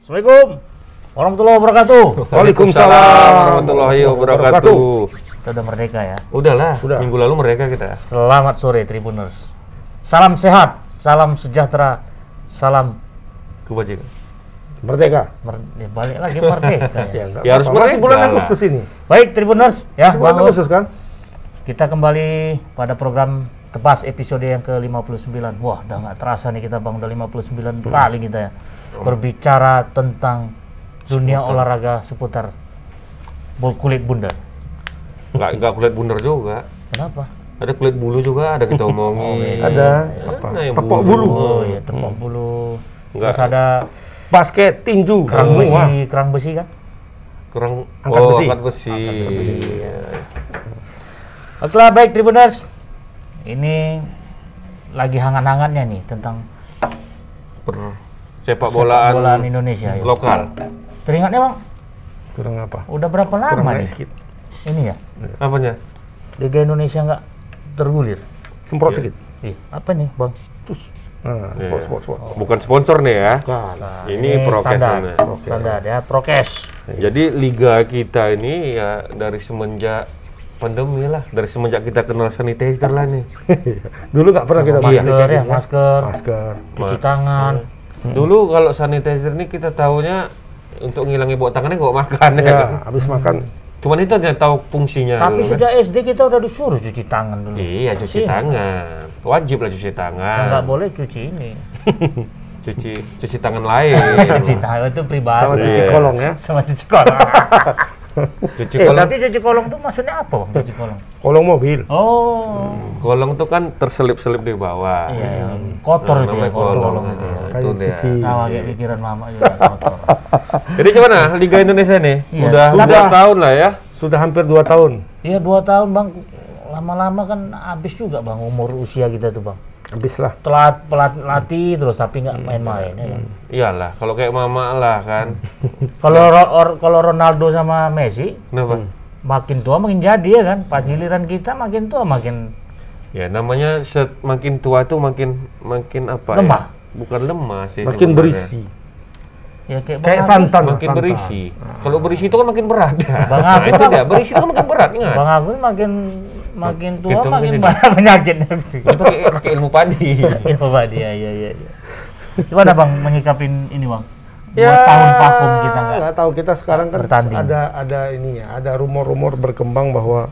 Assalamualaikum warahmatullahi wabarakatuh. Waalaikumsalam warahmatullahi wabarakatuh. Kita udah merdeka ya? Udahlah, minggu lalu merdeka kita. Selamat sore Tribuners. Salam sehat, salam sejahtera, salam kebajikan. Merdeka. Ya, balik lagi merdeka ya. Ya harus masih bulan lah. Agustus ini. Baik Tribuners, ya Bulan Bang Agustus kan? kita kembali pada program Tebas episode yang ke-59. Wah, udah nggak terasa nih kita Bang, udah 59 kali kita ya berbicara tentang dunia olahraga seputar kulit bundar. Enggak kulit bundar juga. Kenapa? Ada kulit bulu juga, ada kita omongin. Ada apa? Nah, yang Tepok bulu. Oh iya, tepok bulu. Enggak. Terus ada Basket, tinju, kerang semua. besi kan? Kurang Angkat besi. angkat besi. Iya. Okelah, baik Tribuners. Ini lagi hangat-hangatnya nih tentang Sepak bolaan Indonesia ya. lokal. Teringatnya Bang, Kurang apa? udah berapa lama Kurang nih? naik sedikit. Ini ya, Apanya? Liga Indonesia nggak tergulir. Semprot Iya. sedikit. Apa nih Bang? Nah, Iya. sport. Bukan sponsor nih ya. Nah, Ini prokes standar, namanya. standar ya, prokes. Jadi liga kita ini ya dari semenjak pandemi lah, dari semenjak kita kenal sanitizer lah nih. Dulu nggak pernah kita Masker ya, masker, Masker. cuci tangan. Dulu kalau sanitizer ini kita tahunya untuk ngilangi bau tangannya nggak makan ya. Ya, habis makan. Cuman itu aja tahu fungsinya. Tapi dulu kan. sejak SD kita udah disuruh cuci tangan dulu. Iya, cuci Iya. tangan. Wajib lah cuci tangan. Nggak boleh cuci ini. cuci tangan lain. Cuci tangan itu pribadi. Sama cuci Iya. kolong ya. Sama cuci kolong. Cuci kolong. Tapi cuci kolong tuh maksudnya apa Bang? Cuci kolong? Kolong mobil. Oh. Kolong tuh kan terselip-selip di bawah. Iya, kotor Nah, itu ya, namanya kotor. kolong. Itu ya. Nah, Kayak itu dia. cuci. Sama kayak pikiran mama juga kotor. Jadi gimana Liga Indonesia nih? Iya. Udah Sudah. tahun lah ya. Sudah hampir 2 tahun. Iya 2 tahun Bang, lama-lama kan habis juga Bang umur usia kita tuh Bang. Habis lah. Telat latih terus tapi nggak main-main ya kan. Iyalah, kalau kayak mama lah kan. Kalau Ronaldo sama Messi Kenapa? makin tua makin jadi ya kan. Pas giliran kita makin tua makin Ya namanya makin tua tuh makin apa lemah. ya? Bukan lemah sih. Makin sebenarnya. berisi. ya kayak Kayak Bang santan. Makin santan. berisi. Kalau berisi itu kan makin berat. Bang Nah, Agus itu apa? dia. Berisi itu kan makin berat, ingat. Bang Agus makin tua Gitu, makin gini. banyak penyakitnya. Ini pakai ilmu padi. Iya Pak dia, iya. Gimana Bang menyikapin ini Bang? Ya, 2 tahun vakum kita nggak tahu, kita sekarang kan bertanding. ada ininya, ada rumor-rumor berkembang bahwa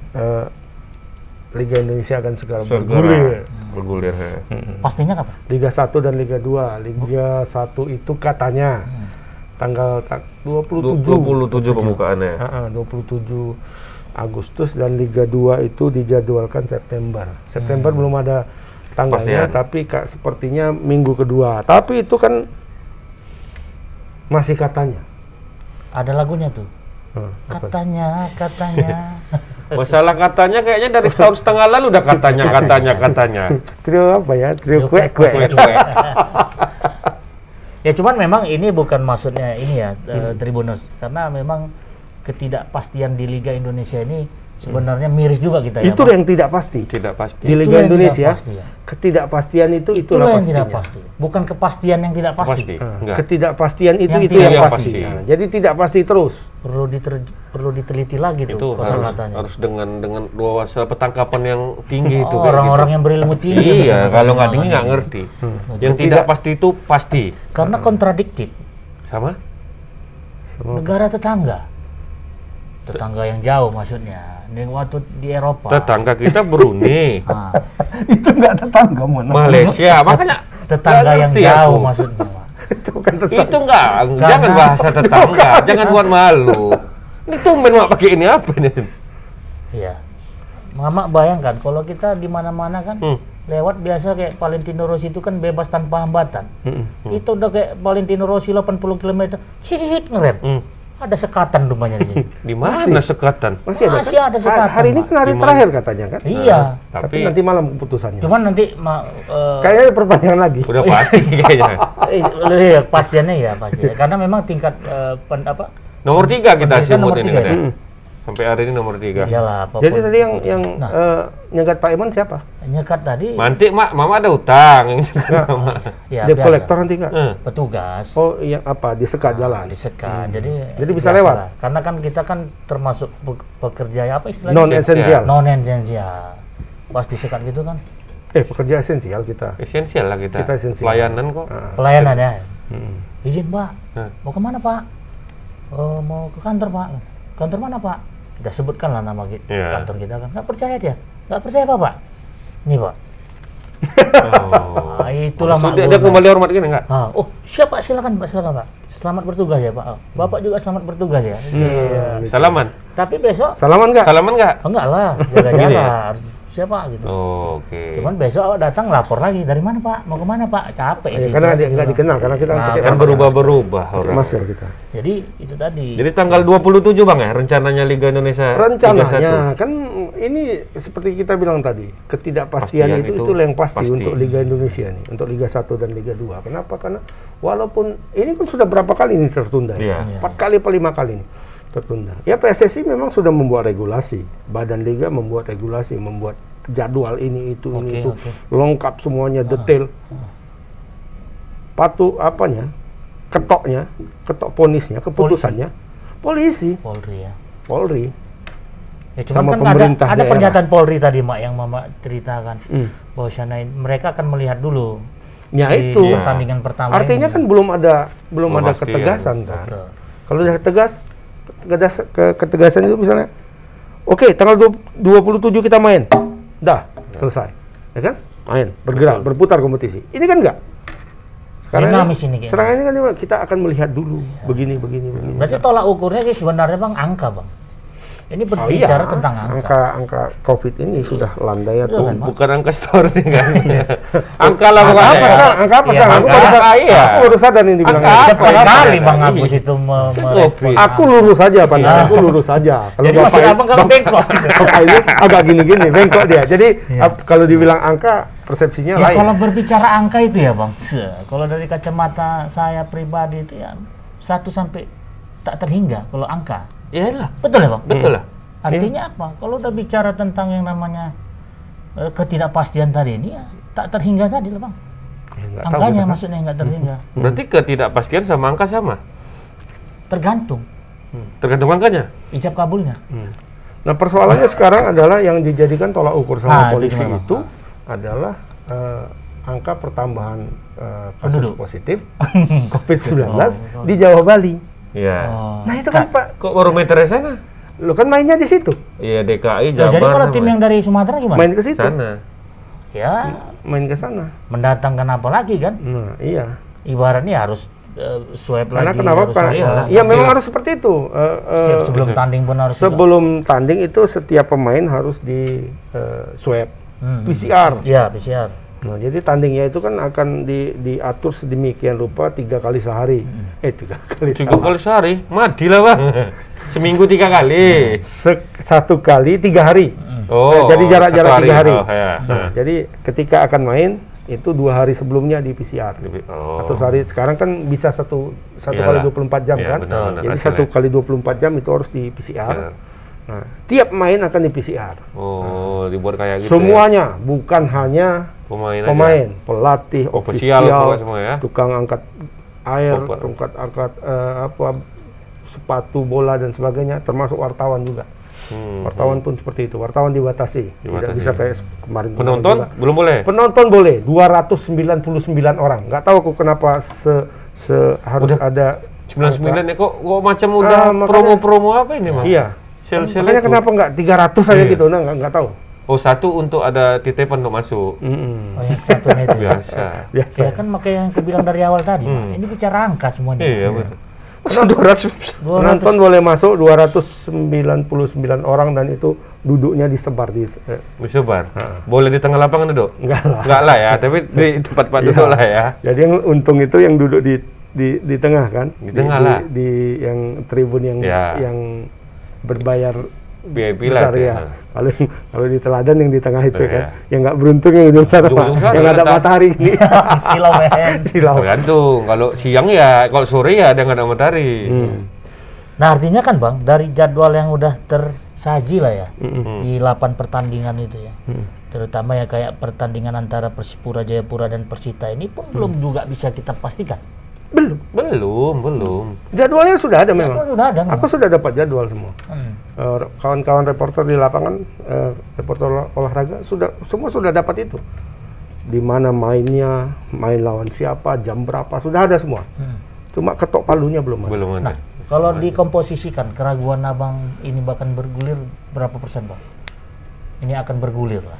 Liga Indonesia akan segera bergulir. Bergulir. Ya. Pastinya kapan? Liga 1 dan Liga 2. Liga 1 itu katanya tanggal 27 pembukaannya. 27 Agustus dan Liga 2 itu dijadwalkan September. September belum ada tanggalnya, Kepastian. tapi sepertinya minggu kedua. Tapi itu kan masih katanya. Ada lagunya tuh. Apa? Katanya. Masalah katanya kayaknya dari setahun setengah lalu udah katanya. Trio apa ya? Trio kue. Ya cuman memang ini bukan maksudnya ini ya Tribuners, karena memang ketidakpastian di Liga Indonesia ini sebenarnya miris juga kita ya. Itu Bang. yang tidak pasti. Tidak pasti. Di Itu Liga yang Indonesia, tidak pasti, ya. ketidakpastian itulah Itulah yang pastinya. tidak pasti. Bukan kepastian yang tidak pasti. Pasti. Enggak. Ketidakpastian itu Yang itu tidak yang pasti. pasti. Nah, jadi tidak pasti terus. Perlu diteliti lagi Itu tuh harus katanya. dengan dua wasal petangkapan yang tinggi itu kayak Orang-orang gitu. yang berilmu tinggi. Iya, biasanya kalau nggak kan. tinggi nggak ngerti. Yang Tidak- tidak pasti itu pasti. Karena kontradiktif. Sama? Negara tetangga yang jauh maksudnya. Yang waktu di Eropa. Tetangga kita Brunei, Nah, Itu nggak tetangga, Malaysia, makanya tetangga nggak yang ngerti jauh aku. maksudnya. Pak. Itu bukan tetangga. Itu enggak, jangan bahasa tetangga, jangan buat malu. Ini tumben mak pakai ini apa ini? Iya. Mama bayangkan kalau kita di mana-mana kan lewat biasa kayak Valentino Rossi itu kan bebas tanpa hambatan. Kita udah kayak Valentino Rossi 80 km, hit ngerem. Ada sekatan rumahnya di situ. Di mana sekatan? Masih ada kan? Masih ada sekatan, Hari ini Pak. kan hari Di mana? terakhir katanya kan? Iya. Tapi nanti malam keputusannya. Cuman nanti Kayaknya perpanjangan lagi. Udah pasti kayaknya. iya, pastiannya ya pasti. Karena memang tingkat Nomor 3 kita pendidikan simut nomor ini 3 ya. katanya. Sampai hari ini nomor 3. Iyalah, apapun. Jadi tadi yang nyegat Pak Iman siapa? Nyekat tadi Mantik, Mak, Mama ada utang. ya, Debt biasa. collector nanti nggak? Petugas. Oh, yang apa? Disekat jalan. Disekat. Jadi bisa biasa lewat? lah. Karena kan kita kan termasuk pekerja apa istilahnya? Non esensial. Non esensial. Pas disekat gitu kan. Pekerja esensial kita. Esensial lah kita. Kita esensial. Pelayanan kok. Pelayanan ya. Izin, Pak. Hah. Mau kemana, Pak? Oh, mau ke kantor, Pak. Kantor mana, Pak? Kita sebutkan lah nama Iya. kantor kita kan. Nggak percaya dia. Nggak percaya apa, Pak? Nih, Pak. Oh. Ah, itulah Maksud mak dia gua. kembali hormat gini enggak? Ah, oh, siap Pak, silakan Pak, silakan Pak. Selamat bertugas ya Pak. Oh, Bapak juga selamat bertugas ya. Iya. Salaman. Tapi besok Salaman nggak? Salaman enggak? oh, enggak lah, jaga Gini jarak. ya? Harus siapa gitu. Oh, oke. Cuman besok awak datang lapor lagi. Dari mana Pak? Mau kemana Pak? Capek Ya, itu. karena itu, dia nggak gitu. dikenal karena kita Nah, pakai Kan masker. berubah-berubah Pakai orang. masker kita. Jadi itu tadi. Jadi tanggal 27 Bang ya rencananya Liga Indonesia Rencananya 31. kan ini seperti kita bilang tadi, ketidakpastian Pastian itu itu yang pasti pasti. untuk Liga Indonesia nih, untuk Liga 1 dan Liga 2. Kenapa? Karena walaupun ini kan sudah berapa kali ini tertunda ya? Iya. 4 kali atau 5 kali ini tertunda. Ya PSSI memang sudah membuat regulasi, Badan Liga membuat regulasi, membuat jadwal ini itu lengkap semuanya detail. Patuh apanya? Ketok ponisnya, keputusannya polisi, Polri ya. Polri. Ya cuman Sama kan pemerintah ada daerah. pernyataan Polri tadi Mak yang Mama ceritakan. Bahwasanya mereka akan melihat dulu Ya di itu. pertandingan pertama Artinya ini. kan belum ada Pemastian. ketegasan kan. Betul. Kalau udah ketegasan itu misalnya, oke, tanggal 27 kita main, dah selesai, ya kan? Main, bergerak, berputar kompetisi. Ini kan enggak. Dinamis ini kayaknya. Sekarang ini kan kita akan melihat dulu, begini. Berarti tolak ukurnya sih sebenarnya Bang angka Bang. Ini berbicara tentang angka COVID ini sudah landai atau Kan, Mak? Bukan angka store nih kan. Angka lah Angka pokoknya. apa sekarang? Angka apa Iya, sekarang? iya. Aku baru sadar ini dibilang. Angka ini. Setiap Apa? kali Bang Iya. Agus itu merespon. Covid. Aku lurus saja, pandangan aku lurus saja. Kalau Jadi maksud Abang kalau bengkok. Bapak ini agak gini-gini, bengkok dia. Jadi kalau dibilang angka, persepsinya Ya lain. kalau berbicara angka itu ya Bang, kalau dari kacamata saya pribadi itu ya 1 sampai tak terhingga kalau angka. Iyalah. Betul ya Bang? Betul lah. Artinya apa? Kalau udah bicara tentang yang namanya ketidakpastian tadi ini ya tak terhingga tadi lah Bang. Ya, nggak tahu Angkanya kita kan. maksudnya nggak terhingga. Berarti ketidakpastian sama angka sama. Tergantung Tergantung angkanya. ijab kabulnya. Nah persoalannya sekarang adalah yang dijadikan tolak ukur sama Itu polisi gimana? itu adalah angka pertambahan kasus Penduduk. positif COVID-19 di Jawa Bali. Iya. Oh. Nah itu kan Pak, Kok barometernya sana? lo kan mainnya di situ, Iya DKI, Nah, Jabar. jadi kalau tim namanya. yang dari Sumatera gimana? main ke situ, sana. Ya main ke sana. mendatangkan apa lagi kan? Nah iya. Ibaratnya harus swab Karena lagi. kenapa? harus Karena apa. ya memang harus seperti itu. Sebelum tanding pun harus Sebelum tanding itu setiap pemain harus di swab PCR. Iya, PCR. Nah, jadi tandingnya itu kan akan diatur sedemikian rupa 3 kali sehari. 3 kali 3 sehari. kali sehari, mati lah Bang. Seminggu 3 kali. 1 kali 3 hari. Oh. Jadi jarak-jarak 1 3 hari. Oh, ya. Nah, jadi ketika akan main itu 2 hari sebelumnya di PCR. Oh. Atau sehari sekarang kan bisa satu kali Iyalah. 24 jam Iya, kan. benar, Jadi hasilnya. 1 kali 24 jam itu harus di PCR. Nah, tiap main akan di PCR. Oh, dibuat kayak gitu. Semuanya, bukan hanya ya? pemain, pelatih, Ofisial, ofisial, pokoknya semua ya. tukang angkat air, Popper. tukang angkat sepatu bola dan sebagainya, termasuk wartawan juga. Wartawan pun seperti itu. Wartawan dibatasi, tidak bisa kayak kemarin. Penonton juga. belum boleh. Penonton boleh 299 orang. Nggak tahu aku kenapa harus ada 99 ya kok macam udah makanya- promo-promo apa ini, Bang? Iya. Sel-sel Makanya itu. kenapa nggak 300 aja Iya. gitu? Nah, nggak tahu. Oh, 1 untuk ada titipan untuk masuk. Oh yang satunya itu. Biasa. Biasa. Ya kan makanya yang aku bilang dari awal tadi, Pak. Ini bicara angka semuanya. Iya, betul. Masa 200 penonton boleh masuk 299 orang dan itu duduknya disebar di Disebar. Boleh di tengah lapangan duduk? enggak lah. Enggak lah ya, tapi di tempat-tempat Iya. duduk lah ya. Jadi yang untung itu yang duduk di tengah kan? Di tengah lah. Di yang tribun yang Ya. yang berbayar VIP besar lah. ya. Kalau di teladan yang di tengah itu Oh, kan. iya. Yang nggak beruntung yang ujung sana, Ujung Pak. sana, Yang ada ada. matahari ini. Silau men. Silau. Tergantung. Kalau siang ya, kalau sore ya ada nggak ada matahari. Nah artinya kan Bang, dari jadwal yang udah tersaji lah ya, di 8 pertandingan itu ya, terutama ya kayak pertandingan antara Persipura Jayapura dan Persita ini pun belum juga bisa kita pastikan. Belum. Jadwalnya sudah ada memang. Sudah ada. Aku sudah dapat jadwal semua. Kawan-kawan reporter di lapangan, reporter olahraga semua sudah dapat itu. Di mana mainnya, main lawan siapa, jam berapa, sudah ada semua. Cuma ketok palunya belum ada. Belum ada. Nah, kalau dikomposisikan keraguan Abang ini bahkan bergulir berapa persen Bang? Ini akan bergulir lah.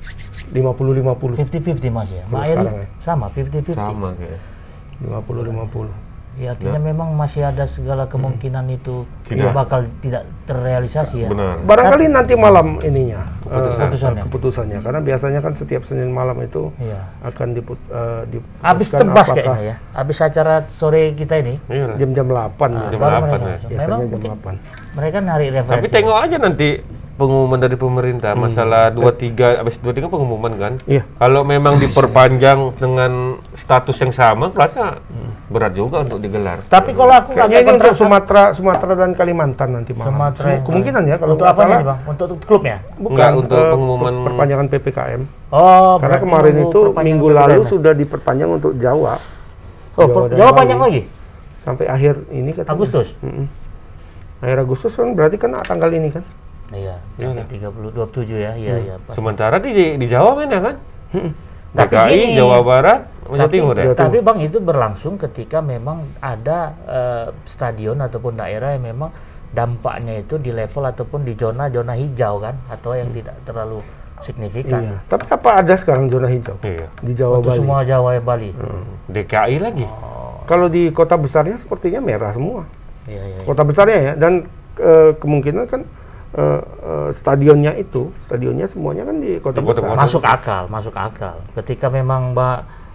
50-50. 50-50 Mas ya. Mbak Eri sekarang ya? sama 50-50. Sama kayak. 50-50. Ya artinya memang masih ada segala kemungkinan itu bakal tidak terrealisasi ya. Benar. Barangkali nanti malam ininya Keputusannya. karena biasanya kan setiap Senin malam itu Iya. akan Habis tebas kayaknya ya. Habis acara sore kita ini. Iya. jam 8 ya. Jam baru 8 mereka ya. masuk. Biasanya Memang jam mungkin 8. mereka narik referensi. Tapi tengok aja nanti pengumuman dari pemerintah masalah 23 habis 23 pengumuman kan. Iya. Kalau memang diperpanjang dengan status yang sama, rasa berat juga untuk digelar. Tapi kalau aku Kayaknya agak ini untuk kontra Sumatera dan Kalimantan nanti malam. Sumatera. Kemungkinan ya kalau untuk nggak apa salah. ini Bang? Untuk klubnya? Bukan Enggak, untuk pengumuman perpanjangan PPKM. Oh, Karena berarti kemarin nunggu itu perpanjangan minggu PPKM lalu ya? sudah diperpanjang untuk Jawa. Oh, dan Jawa Bali. panjang lagi? Sampai akhir ini katanya. Agustus? Akhir Agustus kan berarti kan tanggal ini kan. Iya, 27 ya. Iya, pas. sementara di Jawa mana kan? Tapi DKI, gini, Jawa Barat, Jawa Timur ya. Tapi Bang itu berlangsung ketika memang ada stadion ataupun daerah yang memang dampaknya itu di level ataupun di zona hijau kan, atau yang tidak terlalu signifikan. Iya. Tapi apa ada sekarang zona hijau? Iya. Di Jawa Untuk Bali. semua Jawa ya Bali. DKI lagi. Kalau di kota besarnya sepertinya merah semua. Iya. Kota besarnya ya, dan kemungkinan kan stadionnya semuanya kan di kota Di kota besar. Masuk akal. Ketika memang Mbak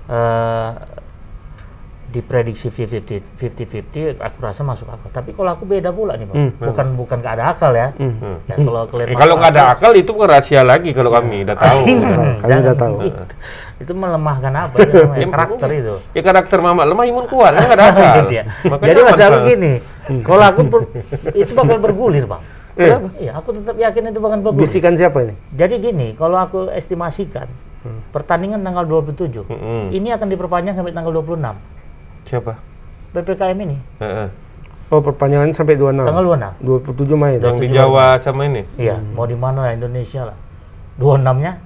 diprediksi 50-50, aku rasa masuk akal. Tapi kalau aku beda pula nih Bang. Bukan nggak ada akal ya. Ya, kalau kalian Kalau nggak ada akal itu bukan rahasia lagi kalau kami udah tahu. Kami udah tahu. Itu melemahkan apa itu namanya? Karakter itu. Ya karakter Mama lemah imun kuat kan nggak ada akal. Gitu ya. Jadi masalah begini, kalau aku itu bakal bergulir Bang. Iya, aku tetap yakin itu bakal bergulir. Bisikan siapa ini? Jadi gini, kalau aku estimasikan pertandingan tanggal 27 ini akan diperpanjang sampai tanggal 26. Siapa? PPKM ini. Oh, perpanjangan sampai 26. Tanggal 27 Mei. Yang di Jawa sama ini. Iya, mau di mana lah Indonesia lah. 26-nya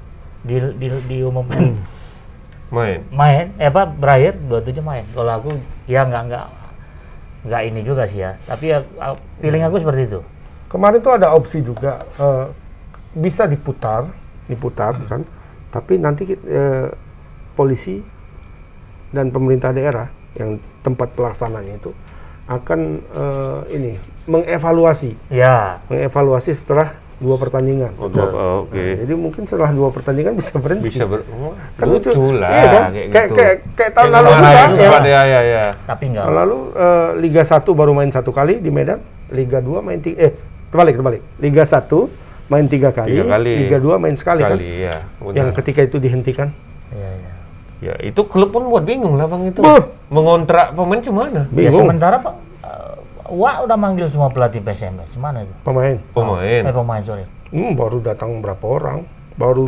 diumumkan main berakhir 27 main. Kalau aku ya nggak ini juga sih ya. Tapi ya feeling aku seperti itu. Kemarin tuh ada opsi juga bisa diputar kan. Tapi nanti polisi dan pemerintah daerah yang tempat pelaksananya itu akan mengevaluasi. Ya. Mengevaluasi setelah 2 pertandingan. Oke. Nah, jadi mungkin setelah 2 pertandingan bisa berhenti. Kan lucu lah. Iya kan? Kayak tahun lalu juga. Ya. Tapi enggak. Tahun lalu Liga 1 baru main 1 kali di Medan, Liga 2 main terbalik. Liga 1 main 3 kali, Liga 2 main sekali kan? Ya, yang ketika itu dihentikan. Iya. Ya, itu klub pun buat bingung lah Bang itu. Mengontrak pemain cemana? Ya sementara Pak Wak udah manggil semua pelatih PSMS. Mana itu? Pemain. Pemain, sorry. Baru datang berapa orang? Baru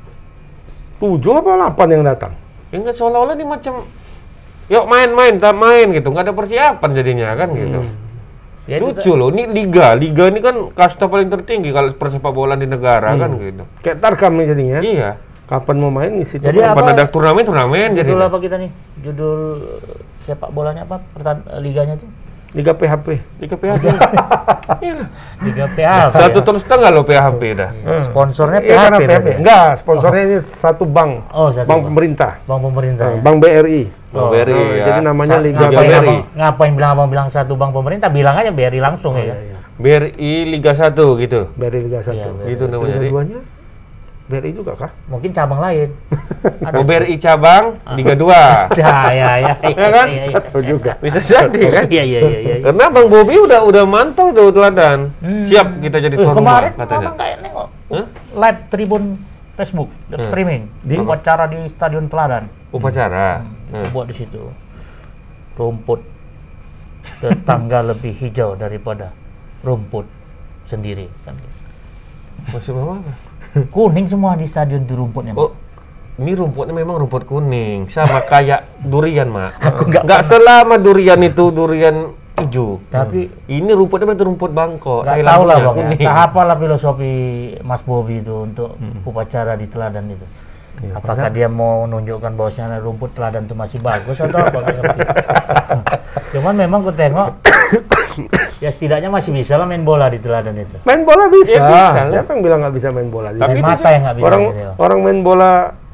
7 apa 8 yang datang. Ya enggak, seolah-olah ini macam yuk main gitu. Enggak ada persiapan jadinya kan gitu. Ya, lucu loh, ini liga ini kan kasta paling tertinggi kalau persepak bola di negara kan gitu. Kayak Tarkam nih jadinya. Iya. Kapan mau main di situ? Jadi kapan ada turnamen jadi. Judul apa kita nih? Judul sepak bolanya apa? Liganya tuh? Liga PHP. Liga PHP. Iya. Liga PHP. 1,5 tahun loh PHP dah. Sponsornya PHP. Ya? Enggak, sponsornya ini satu bank. Satu bank pemerintah. Bank pemerintah. Ya? Bank BRI. BRI ya. Jadi namanya Liga BRI. Ngapain abang bilang satu bank pemerintah? Bilang aja BRI langsung ya. BRI Liga 1 gitu. BRI Liga 1. Iya, gitu namanya. Liga 2-nya BRI juga kah? Mungkin cabang lain. BRI cabang Liga 2. Ya kan? Betul juga. Bisa jadi kan? Iya. Karena Bang Bobi udah mantau tuh teladan. Siap kita jadi tuan rumah kemarin katanya. Abang kayak nengok live tribun Facebook, live streaming di upacara di Stadion Teladan. Upacara. Buat di situ rumput tetangga lebih hijau daripada rumput sendiri kan. Maksud apa? Kuning semua di stadion itu rumputnya. Oh, ini rumputnya memang rumput kuning, sama kayak durian, Mak. Aku nggak selama durian itu durian hijau. Tapi ini rumputnya betul rumput Bangkok. nggak tahu lah Bang. Ya. Apalah filosofi Mas Bobi itu untuk upacara di teladan itu. Ya, apakah dia mau menunjukkan bahwasanya rumput teladan itu masih bagus atau apa? Cuman memang ku tengok ya setidaknya masih bisa lah main bola di teladan itu. Main bola bisa. Ya, bisa. Siapa yang bilang nggak bisa main bola? Tapi mata yang nggak bisa. Orang main bola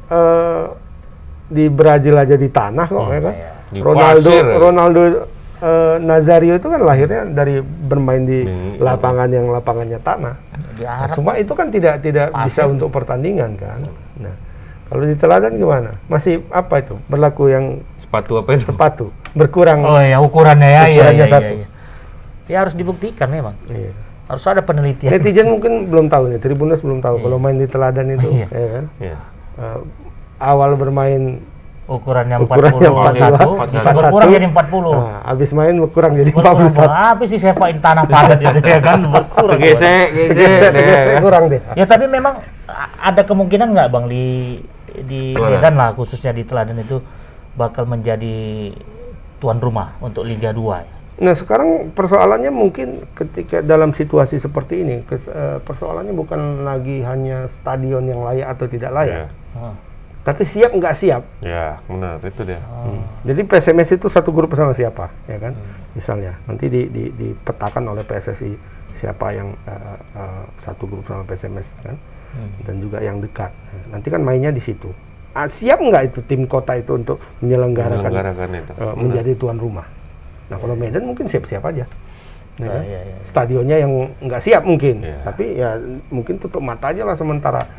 di Brazil aja di tanah kok, ya kan? Di Ronaldo Nazario itu kan lahirnya dari bermain di lapangannya tanah. Nah, cuma itu kan tidak bisa untuk pertandingan kan. Nah, kalau di teladan gimana? Masih apa itu? Berlaku yang sepatu apa itu? Sepatu berkurang. Oh ya, ukurannya ukurannya satu. Ya harus dibuktikan memang. Iya. Harus ada penelitian. Netizen mungkin belum tahu nih, Tribuners belum tahu kalau main di teladan itu, ya kan? Iya. Awal bermain ukurannya 41, bisa berkurang jadi 40. Nah, habis main berkurang jadi 41. Habis sih sepain tanah padat gitu ya kan, berkurang. Gesek kurang deh. Ya tapi memang ada kemungkinan nggak Bang di Medan lah, khususnya di teladan itu bakal menjadi tuan rumah untuk Liga 2 ya. Nah sekarang persoalannya mungkin ketika dalam situasi seperti ini, persoalannya bukan lagi hanya stadion yang layak atau tidak layak, tapi siap nggak siap. Ya benar, itu dia. Jadi PSMS itu satu grup sama siapa, ya kan? Misalnya nanti dipetakan oleh PSSI siapa yang satu grup sama PSMS kan, dan juga yang dekat. Nanti kan mainnya di situ. Siap nggak itu tim kota itu untuk menyelenggarakan itu, menjadi tuan rumah? Nah kalau Medan mungkin siap-siap aja, ya, stadionnya yang nggak siap mungkin, tapi ya mungkin tutup mata aja lah sementara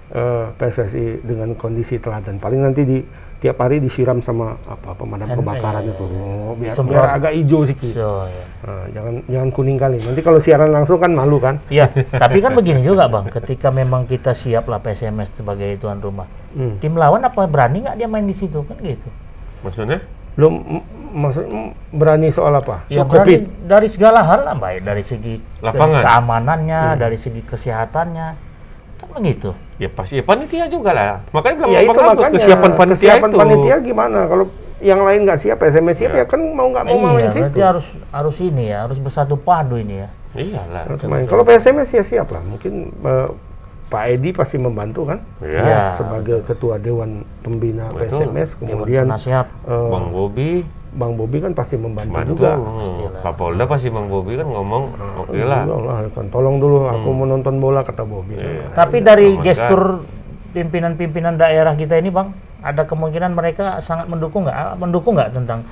PSSI dengan kondisi teladan. Paling nanti tiap hari disiram sama pemadam kebakaran itu, biar agak hijau sih. Jangan kuning kali. Nanti kalau siaran langsung kan malu kan? Iya. Tapi kan begini juga Bang, ketika memang kita siap lah PSMS sebagai tuan rumah, tim lawan apa berani nggak dia main di situ kan gitu? Maksudnya? Belum maksud berani soal apa? Ya berani dari segala hal lah, baik dari segi lapangan, keamanannya, dari segi kesehatannya, kan begitu. Ya pasti, ya panitia juga lah. Makanya bilang ya itu makanya kesiapan panitia gimana? Kalau yang lain nggak siap, SMS siap ya kan mau nggak mau main situ. Berarti harus ini ya, harus bersatu padu ini ya. Iyalah. Kalau PSMS ya siap lah. Mungkin Pak Edi pasti membantu kan, sebagai ketua Dewan Pembina PSMS, kemudian Bang Bobi kan pasti membantu juga. Kapolda pasti Bang Bobi kan ngomong, oke lah. Kan tolong dulu, aku mau nonton bola kata Bobi. Tapi dari gestur pimpinan-pimpinan daerah kita ini Bang, ada kemungkinan mereka sangat mendukung nggak tentang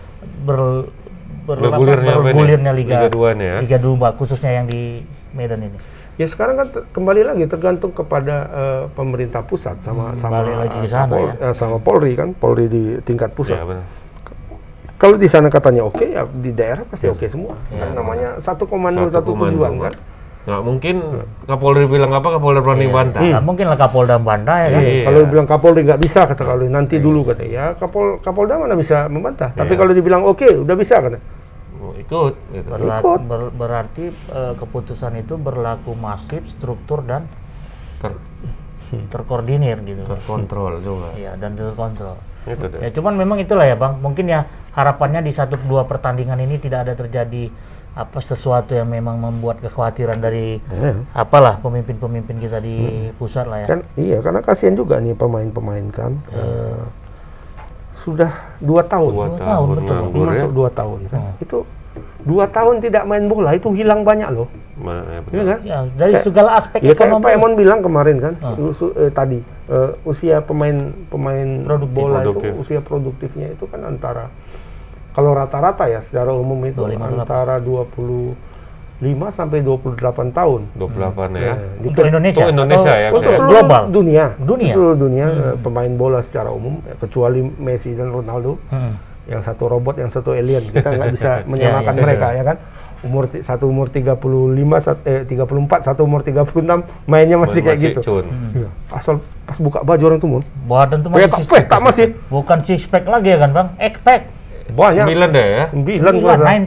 bergulirnya Liga 2 khususnya yang di Medan ini? Ya sekarang kan kembali lagi tergantung kepada pemerintah pusat sama Polri kan, Polri di tingkat pusat. Ya, kalau di sana katanya oke, ya di daerah pasti oke semua. Kan namanya satu komando satu tujuan kan. Nggak mungkin Kapolri bilang apa, Kapolda berani bantah. Nggak mungkin lah Kapolda bantah ya kan. Kalau bilang Kapolri nggak bisa kata Kapolri, nanti dulu kata ya Kapolda mana bisa membantah. Tapi kalau dibilang oke, udah bisa kata. Ikut. Berarti keputusan itu berlaku masif, struktur dan terkoordinir gitu. Terkontrol juga. Iya, dan terkontrol. Itu deh. Ya cuman memang itulah ya Bang. Mungkin ya harapannya di 1-2 pertandingan ini tidak ada terjadi sesuatu yang memang membuat kekhawatiran dari pemimpin-pemimpin kita di pusat lah ya. Kan iya, karena kasihan juga nih pemain-pemain kan. Sudah 2 tahun. 2 tahun betul. Masuk 2 tahun kan. Itu 2 tahun tidak main bola itu hilang banyak loh. Iya kan? Ya, dari segala aspek ekonomi. Pak Emon bilang kemarin kan, tadi usia pemain bola itu usia produktifnya itu kan antara, kalau rata-rata ya secara umum itu antara 25 sampai 28 tahun. 28 ya. Untuk Indonesia. Untuk Indonesia ya. Untuk seluruh global. Seluruh dunia pemain bola secara umum kecuali Messi dan Ronaldo. Yang satu robot, yang satu alien. Kita nggak bisa menyamakan mereka ya kan. Satu umur 35, 34, satu umur 36 mainnya masih kayak gitu. Asal pas buka baju orang tuh badan tuh masih masih. Bukan six pack lagi ya kan Bang? 8 pack. Banyak. 9 deh ya. 9 pack.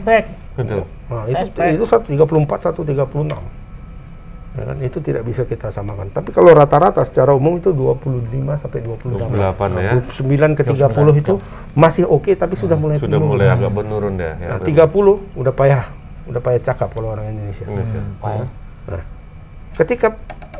Betul. Nah, itu 134, 136. Ya kan, itu tidak bisa kita samakan. Tapi kalau rata-rata secara umum itu 25 sampai 28. 28 ya. 9 ke 30 itu masih oke, tapi sudah mulai agak menurun deh. Nah, 30 udah payah cakap kalau orang Indonesia. Nah, ketika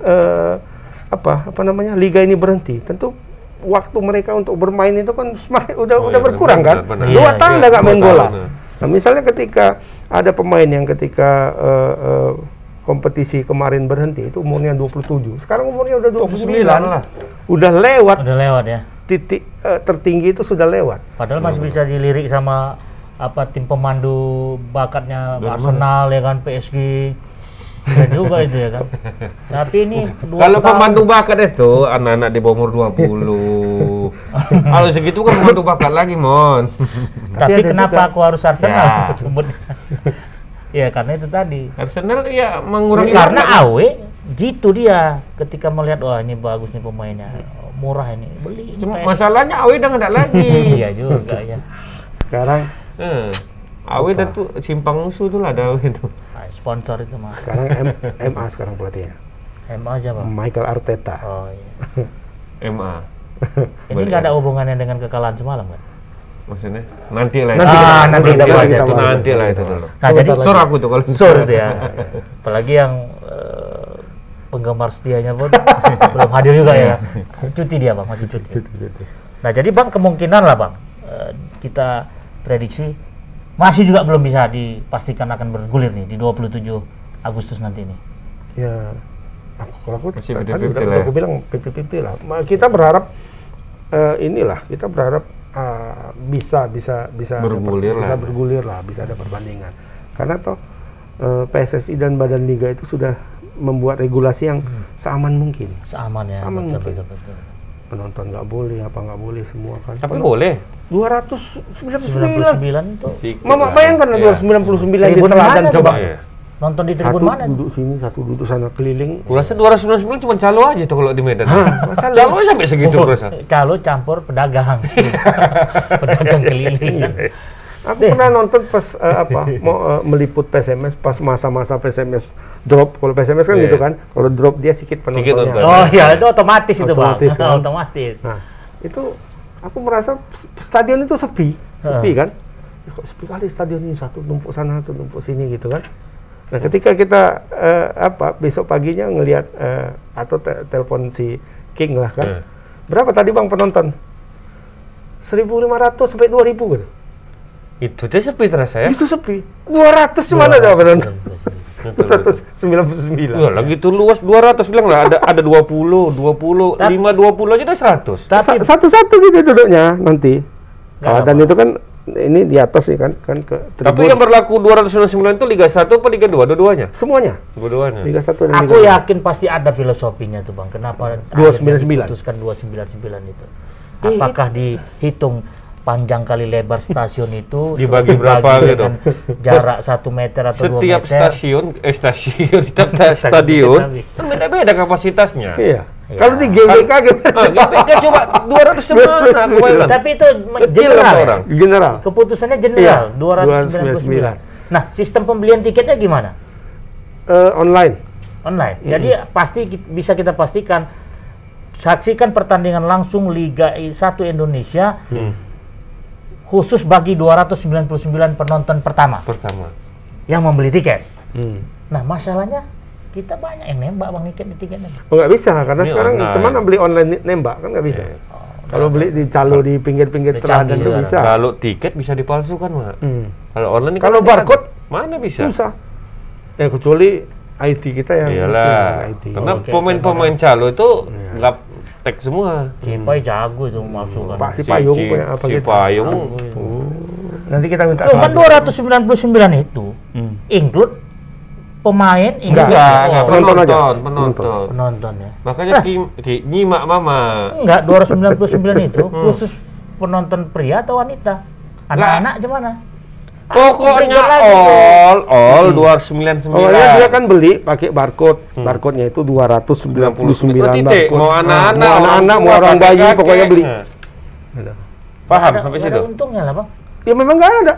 apa namanya liga ini berhenti, tentu waktu mereka untuk bermain itu kan udah berkurang kan. 2 tahun udah nggak main bola. Nah, misalnya ketika ada pemain yang ketika kompetisi kemarin berhenti itu umurnya 27. Sekarang umurnya udah 29 lah. Udah lewat ya. Titik tertinggi itu sudah lewat. Padahal masih bisa dilirik sama tim pemandu bakatnya Arsenal ya kan, PSG. Keren juga itu ya kan. Tapi ini kalau pemandu bakat itu anak-anak di bawah umur 20. Kalau segitu kan pemandu bakat lagi, Mon. Tapi kenapa aku harus Arsenal sebutnya? Ya karena itu tadi. Arsenal ya mengurangi karena Awe gitu dia ketika melihat wah ini bagus nih pemainnya, murah ini beli. Cuma masalahnya Awe udah nggak ada lagi. Iya juga ya. Sekarang Awe udah tuh simpang musuh tuh lah ada Awe itu. Sponsor itu mah. Sekarang MA sekarang pelatihnya. MA siapa? Michael Arteta. Oh iya. MA. Ini nggak ada hubungannya dengan kekalahan semalam kan? Maksudnya nanti lah. Nanti kita bahas itu. Nanti lah itu dulu. Nah jadi sur aku tuh kalau sur itu ya. Apalagi yang penggemar setianya pun belum hadir juga ya. Cuti dia bang, masih cuti. Nah jadi bang kemungkinan lah bang kita prediksi masih juga belum bisa dipastikan akan bergulir nih di 27 Agustus nanti nih. Ya, kalau aku masih tadi udah aku bilang 50-50 lah. Kita berharap kita berharap bisa bergulir lah, bisa ada perbandingan. Karena toh PSSI dan Badan Liga itu sudah membuat regulasi yang seaman mungkin. Seaman ya. Seaman mungkin. Penonton nggak boleh, semua kan. Tapi boleh. 299 tuh. Mama bayangkan 299 di teladan coba. Nonton di tribun mana? Satu duduk sini, satu duduk sana keliling. Kurasa 299 cuma calo aja tuh kalau di Medan. Calo sampai segitu kurasa. Calo campur pedagang. Pedagang keliling. Aku pernah nonton pas mau meliput PSMS pas masa-masa PSMS drop. Kalau PSMS kan gitu kan. Kalau drop dia sedikit penontonnya. Oh iya, itu otomatis itu, Bang. Kan? Otomatis. Nah, itu aku merasa stadion itu sepi kan. Kok sepi kali stadion ini, satu tumpuk sana, satu tumpuk sini gitu kan. Nah, ketika kita besok paginya ngelihat atau telepon si King lah kan. Berapa tadi Bang penonton? 1.500 sampai 2.000 gitu. Itu dia sepi terasa ya? Itu sepi. 200 mana coba penonton? 299. Wah, lagi itu luas 200 bilang lah ada 20, 5, 20 aja udah 100. Tapi satu-satu gitu duduknya nanti. Dan itu kan ini di atas nih kan ke tribun. Tapi yang berlaku 299 itu Liga 1 apa Liga 2? Dua-duanya? Semuanya. Dua-duanya. Liga 1 dan Liga 2. Aku yakin pasti ada filosofinya tuh Bang. Kenapa 299 diputuskan 299 itu? Apakah dihitung panjang kali lebar stasiun itu dibagi berapa gitu? Jarak 1 meter atau 2 meter? Setiap stadion kan beda-beda kapasitasnya. Iya. Kalau di GBK gimana? GBK coba 200 semana. Tapi itu general. General. Keputusannya general, 299. Nah, sistem pembelian tiketnya gimana? Online. Jadi pasti bisa kita pastikan saksikan pertandingan langsung Liga 1 Indonesia khusus bagi 299 penonton pertama yang membeli tiket. Nah, masalahnya kita banyak yang nembak Bang tiketnya. Oh, nggak bisa karena sekarang cuman beli online nembak kan nggak bisa. Kalau beli di calo di pinggir-pinggir teladan itu bisa. Kalau tiket bisa dipalsukan, Mak. Kalau online kalau barcode mana bisa? Susah. Ya kecuali IT kita yang iyalah. Karena pemain-pemain calo itu nggak tag semua. Cipai jago itu masukkan. Pak Sipayung punya apa gitu. Cipayung. Nanti kita minta. Cuman 299 itu include pemain penonton ya. Makanya nyimak Mama. Enggak, 299 itu khusus penonton pria atau wanita? Anak-anak gimana? Pokoknya all 299. Oh ya, dia kan beli pakai barcode. Barcode-nya itu 299 barcode. Mau anak-anak, mau orang bayi, pokoknya beli. Paham sampai situ? Ada untungnya lah, Bang. Ya memang nggak ada.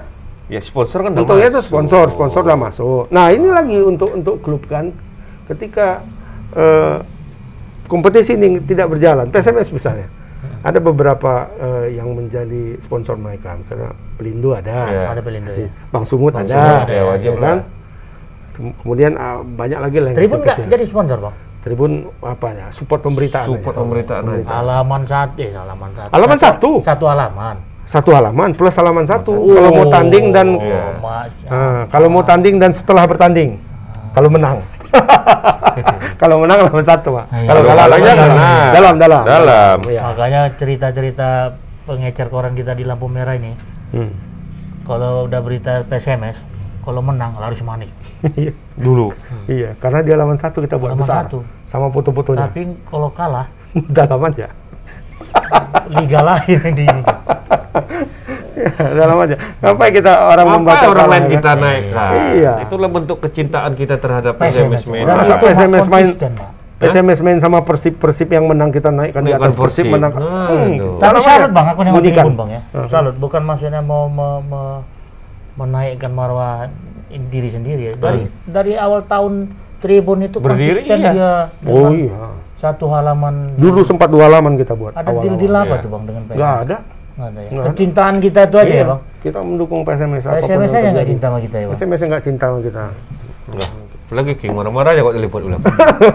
Ya sponsor kan udah Untungnya itu masuk. sponsor udah masuk. Nah ini lagi untuk klub kan, ketika kompetisi ini tidak berjalan, PSMS misalnya, ada beberapa yang menjadi sponsor mereka, misalnya Pelindo ada, Ada Pelindo ya. Bang Sumut Bang ada, Sumut ada, wajib ya kan? lah. Kemudian banyak lagi lah yang Tribun nggak kecil-kecil. jadi sponsor bang? Tribun apa ya? Support pemberitaan. Support aja. pemberitaan aja. Halaman satu, halaman satu. Halaman satu? Satu halaman. Satu halaman plus halaman satu. Oh, Kalau mau tanding dan kalau mau tanding dan setelah bertanding. Kalau menang. Kalau menang halaman satu, Pak. Iya. Kalau kalah kalahnya dalam. dalam. Iya. Makanya cerita-cerita pengecer koran kita di lampu merah ini, kalau udah berita PSMS, kalau menang harus manis. Iya. Dulu. Iya, karena di halaman satu kita buat Halaman besar. satu. Sama foto-fotonya. Tapi kalau kalah, Dalam aja. liga lain di Ya, dalam aja. Ngapain kita orang membaca Apa orang kalah, lain kan? kita naikkan? Iya. Itulah bentuk kecintaan kita terhadap PSMS. PSMS Medan. Dan Masa itu PSMS main konsisten, Pak. PSMS main sama Persib yang menang kita naikkan di Naikkan atas Persib Persib. menang. Nah, itu. Tapi dalam salut aja. bang, aku nengok Sembunyikan. Tribun bang ya. Salut, bukan maksudnya mau menaikkan marwah diri sendiri ya. Dari awal tahun Tribun itu Berdiri, konsisten iya. dia Oh dengan iya. satu halaman. Dulu sempat 2 halaman kita buat. Ada awal-awal. deal-deal apa Iya. tuh bang dengan PSMS? Nggak ada. Nggak ada ya. Nggak ada. Kecintaan kita itu aja Iya, ya bang. Kita mendukung PSMS. apapun PSMS yang aja nggak terjadi. cinta sama kita ya bang. PSMS nggak cinta sama kita. Nah, lagi King marah-marah aja kok diliput ulang.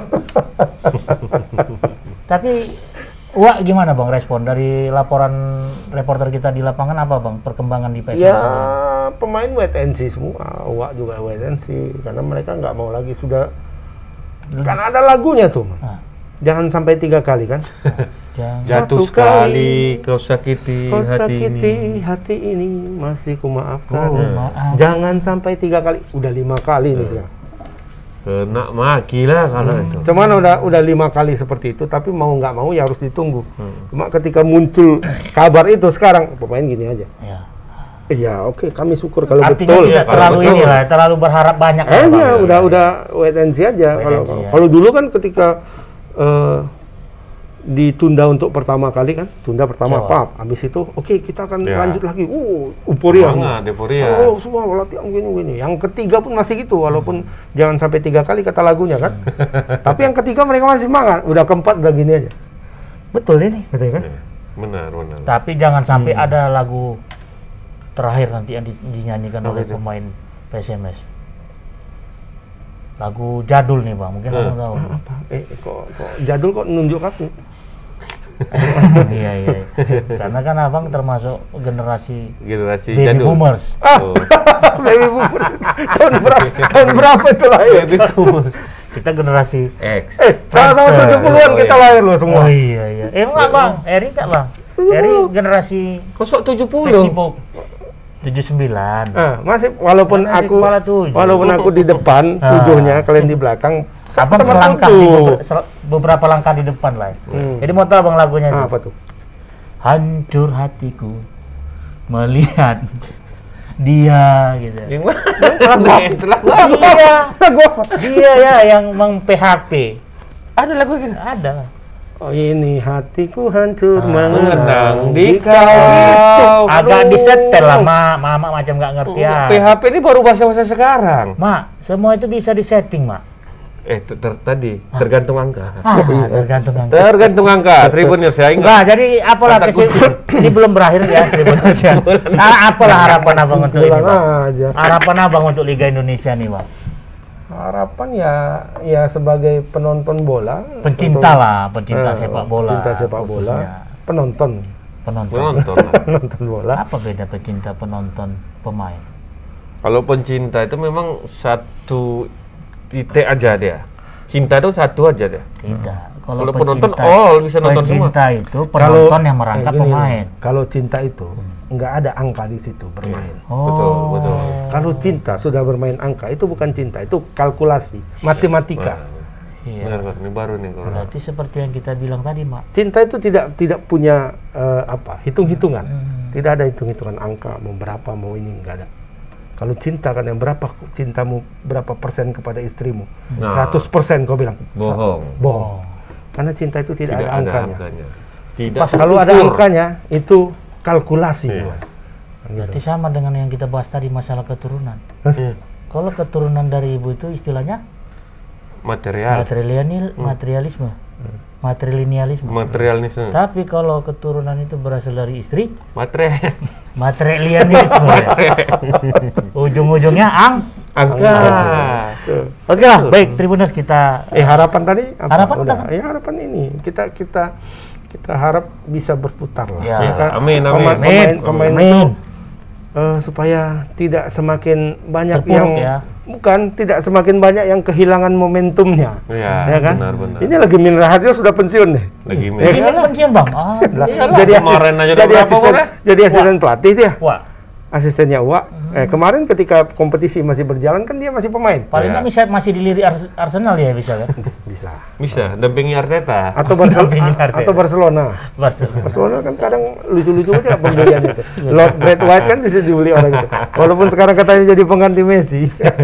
Tapi Wak gimana bang respon dari laporan reporter kita di lapangan, apa bang perkembangan di PSMS? Ya pemain wait and see semua, Wak juga wait and see karena mereka nggak mau lagi sudah. Kan ada lagunya tuh, Ah. jangan sampai 3 kali kan? Jangan. Jatuh Satu sekali kau sakiti Kau hati sakiti ini. hati ini masih ku maafkan. Oh, maaf. Jangan sampai 3 kali, udah 5 kali nih sekarang. Kena maki lah kalau itu. Cuman udah 5 kali seperti itu, tapi mau nggak mau ya harus ditunggu. Cuma ketika muncul kabar itu sekarang pemain gini aja. Ya. Iya, oke, kami syukur kalau Artinya betul. tidak kalau terlalu betul. inilah, terlalu berharap banyak. ya, Bang? Iya, udah wait and see aja. Wait Kalau and see, ya. kalau dulu kan ketika ditunda untuk pertama kali kan, tunda pertama Jawa. pap, habis itu oke kita akan Ya. lanjut lagi. Euforia semua. Semangat, euforia. Oh, semua latihan gini. Yang ketiga pun masih gitu, walaupun jangan sampai 3 kali kata lagunya kan. Tapi yang ketiga mereka masih semangat. Udah keempat udah gini aja. Betul ini, betul kan? Iya, benar. Tapi jangan sampai ada lagu terakhir nanti yang dinyanyikan oleh itu? pemain PSMS. Lagu jadul nih bang, mungkin kamu tahu. Apa? Kok jadul kok nunjuk aku? Iya. Karena kan abang termasuk generasi Generasi baby jadul. boomers. Oh. Baby boomer. Tahun berapa itu lahir? Baby boomers. Kita generasi. X. Sama-sama Friendster. 70-an kita iya. lahir loh semua. Oh iya. Enggak bang, Eri enggak bang. Eri generasi Kosok 70. Meksipok 79. Masih walaupun Masih aku kepala 7. di depan, 7-nya kalian di belakang, Abang sama selangkah di 7. beberapa langkah di depan lah. Jadi mau tahu bang lagunya itu? Apa tuh? Hancur hatiku melihat dia gitu. Yang mana? Dia ya yang meng-PHP. Ada lagu gitu. Ada. Oh ini hatiku hancur Mengenang di kau. kau. Agak disetel lah, Mama macam nggak ngerti ya. PHP ini baru bahasa-bahasa sekarang. Mak, semua itu bisa disetting, Mak. Tadi tergantung angka. Tergantung angka. Tergantung angka. Tribun News ya Nah, ingat. jadi apalah ini belum berakhir ya Tribun News ya. Apalah harapan abang untuk ini, Bang? aja. Harapan abang untuk Liga Indonesia nih, Bang. Harapan ya sebagai penonton bola, Pencinta lah, pencinta sepak bola. pencinta sepak bola, khususnya. penonton Penonton. penonton bola. Apa beda pecinta penonton pemain? Kalau pencinta itu memang satu titik aja dia. Cinta itu satu aja dia. Tidak. Kalau penonton bisa nonton semua. Pencinta itu penonton yang merangkap gini, pemain. Kalau cinta itu nggak ada angka di situ bermain. Oh. Betul. Kalau cinta sudah bermain angka itu bukan cinta, itu kalkulasi, matematika. Iya. Benar, ini baru nih kalau. Berarti seperti yang kita bilang tadi, Mak. Cinta itu tidak punya hitung-hitungan. Tidak ada hitung-hitungan angka mau berapa mau ini nggak ada. Kalau cinta kan yang berapa cintamu berapa persen kepada istrimu? Nah. 100% kau bilang. Bohong. Bohong. Karena cinta itu tidak ada angkanya. Tidak. Kalau ada angkanya itu kalkulasi. Iya. Berarti sama dengan yang kita bahas tadi masalah keturunan. Kalau keturunan dari ibu itu istilahnya materialisme. Materialisme. Tapi kalau keturunan itu berasal dari istri, materialisme. Ujung-ujungnya angka. Oke lah, baik Tribuners, kita harapan tadi apa? Harapan udah. Ya harapan ini kita harap bisa berputar lah. Ya. kan? Amin. Pemain itu supaya tidak semakin banyak terpuruk, yang tidak semakin banyak yang kehilangan momentumnya. Ya kan? Benar. Ini lagi Min Raharjo sudah pensiun nih. Ini pensiun Bang. Jadi asisten pelatih dia. Wah. Asistennya Uwa. Kemarin ketika kompetisi masih berjalan kan dia masih pemain. Paling nggak bisa masih dilirik Arsenal ya, bisa kan? Bisa dampingi Arteta atau Barcelona. Barcelona kan kadang lucu-lucu aja pembeliannya itu. Lord Brad White kan bisa dibeli orang itu. Walaupun sekarang katanya jadi pengganti Messi.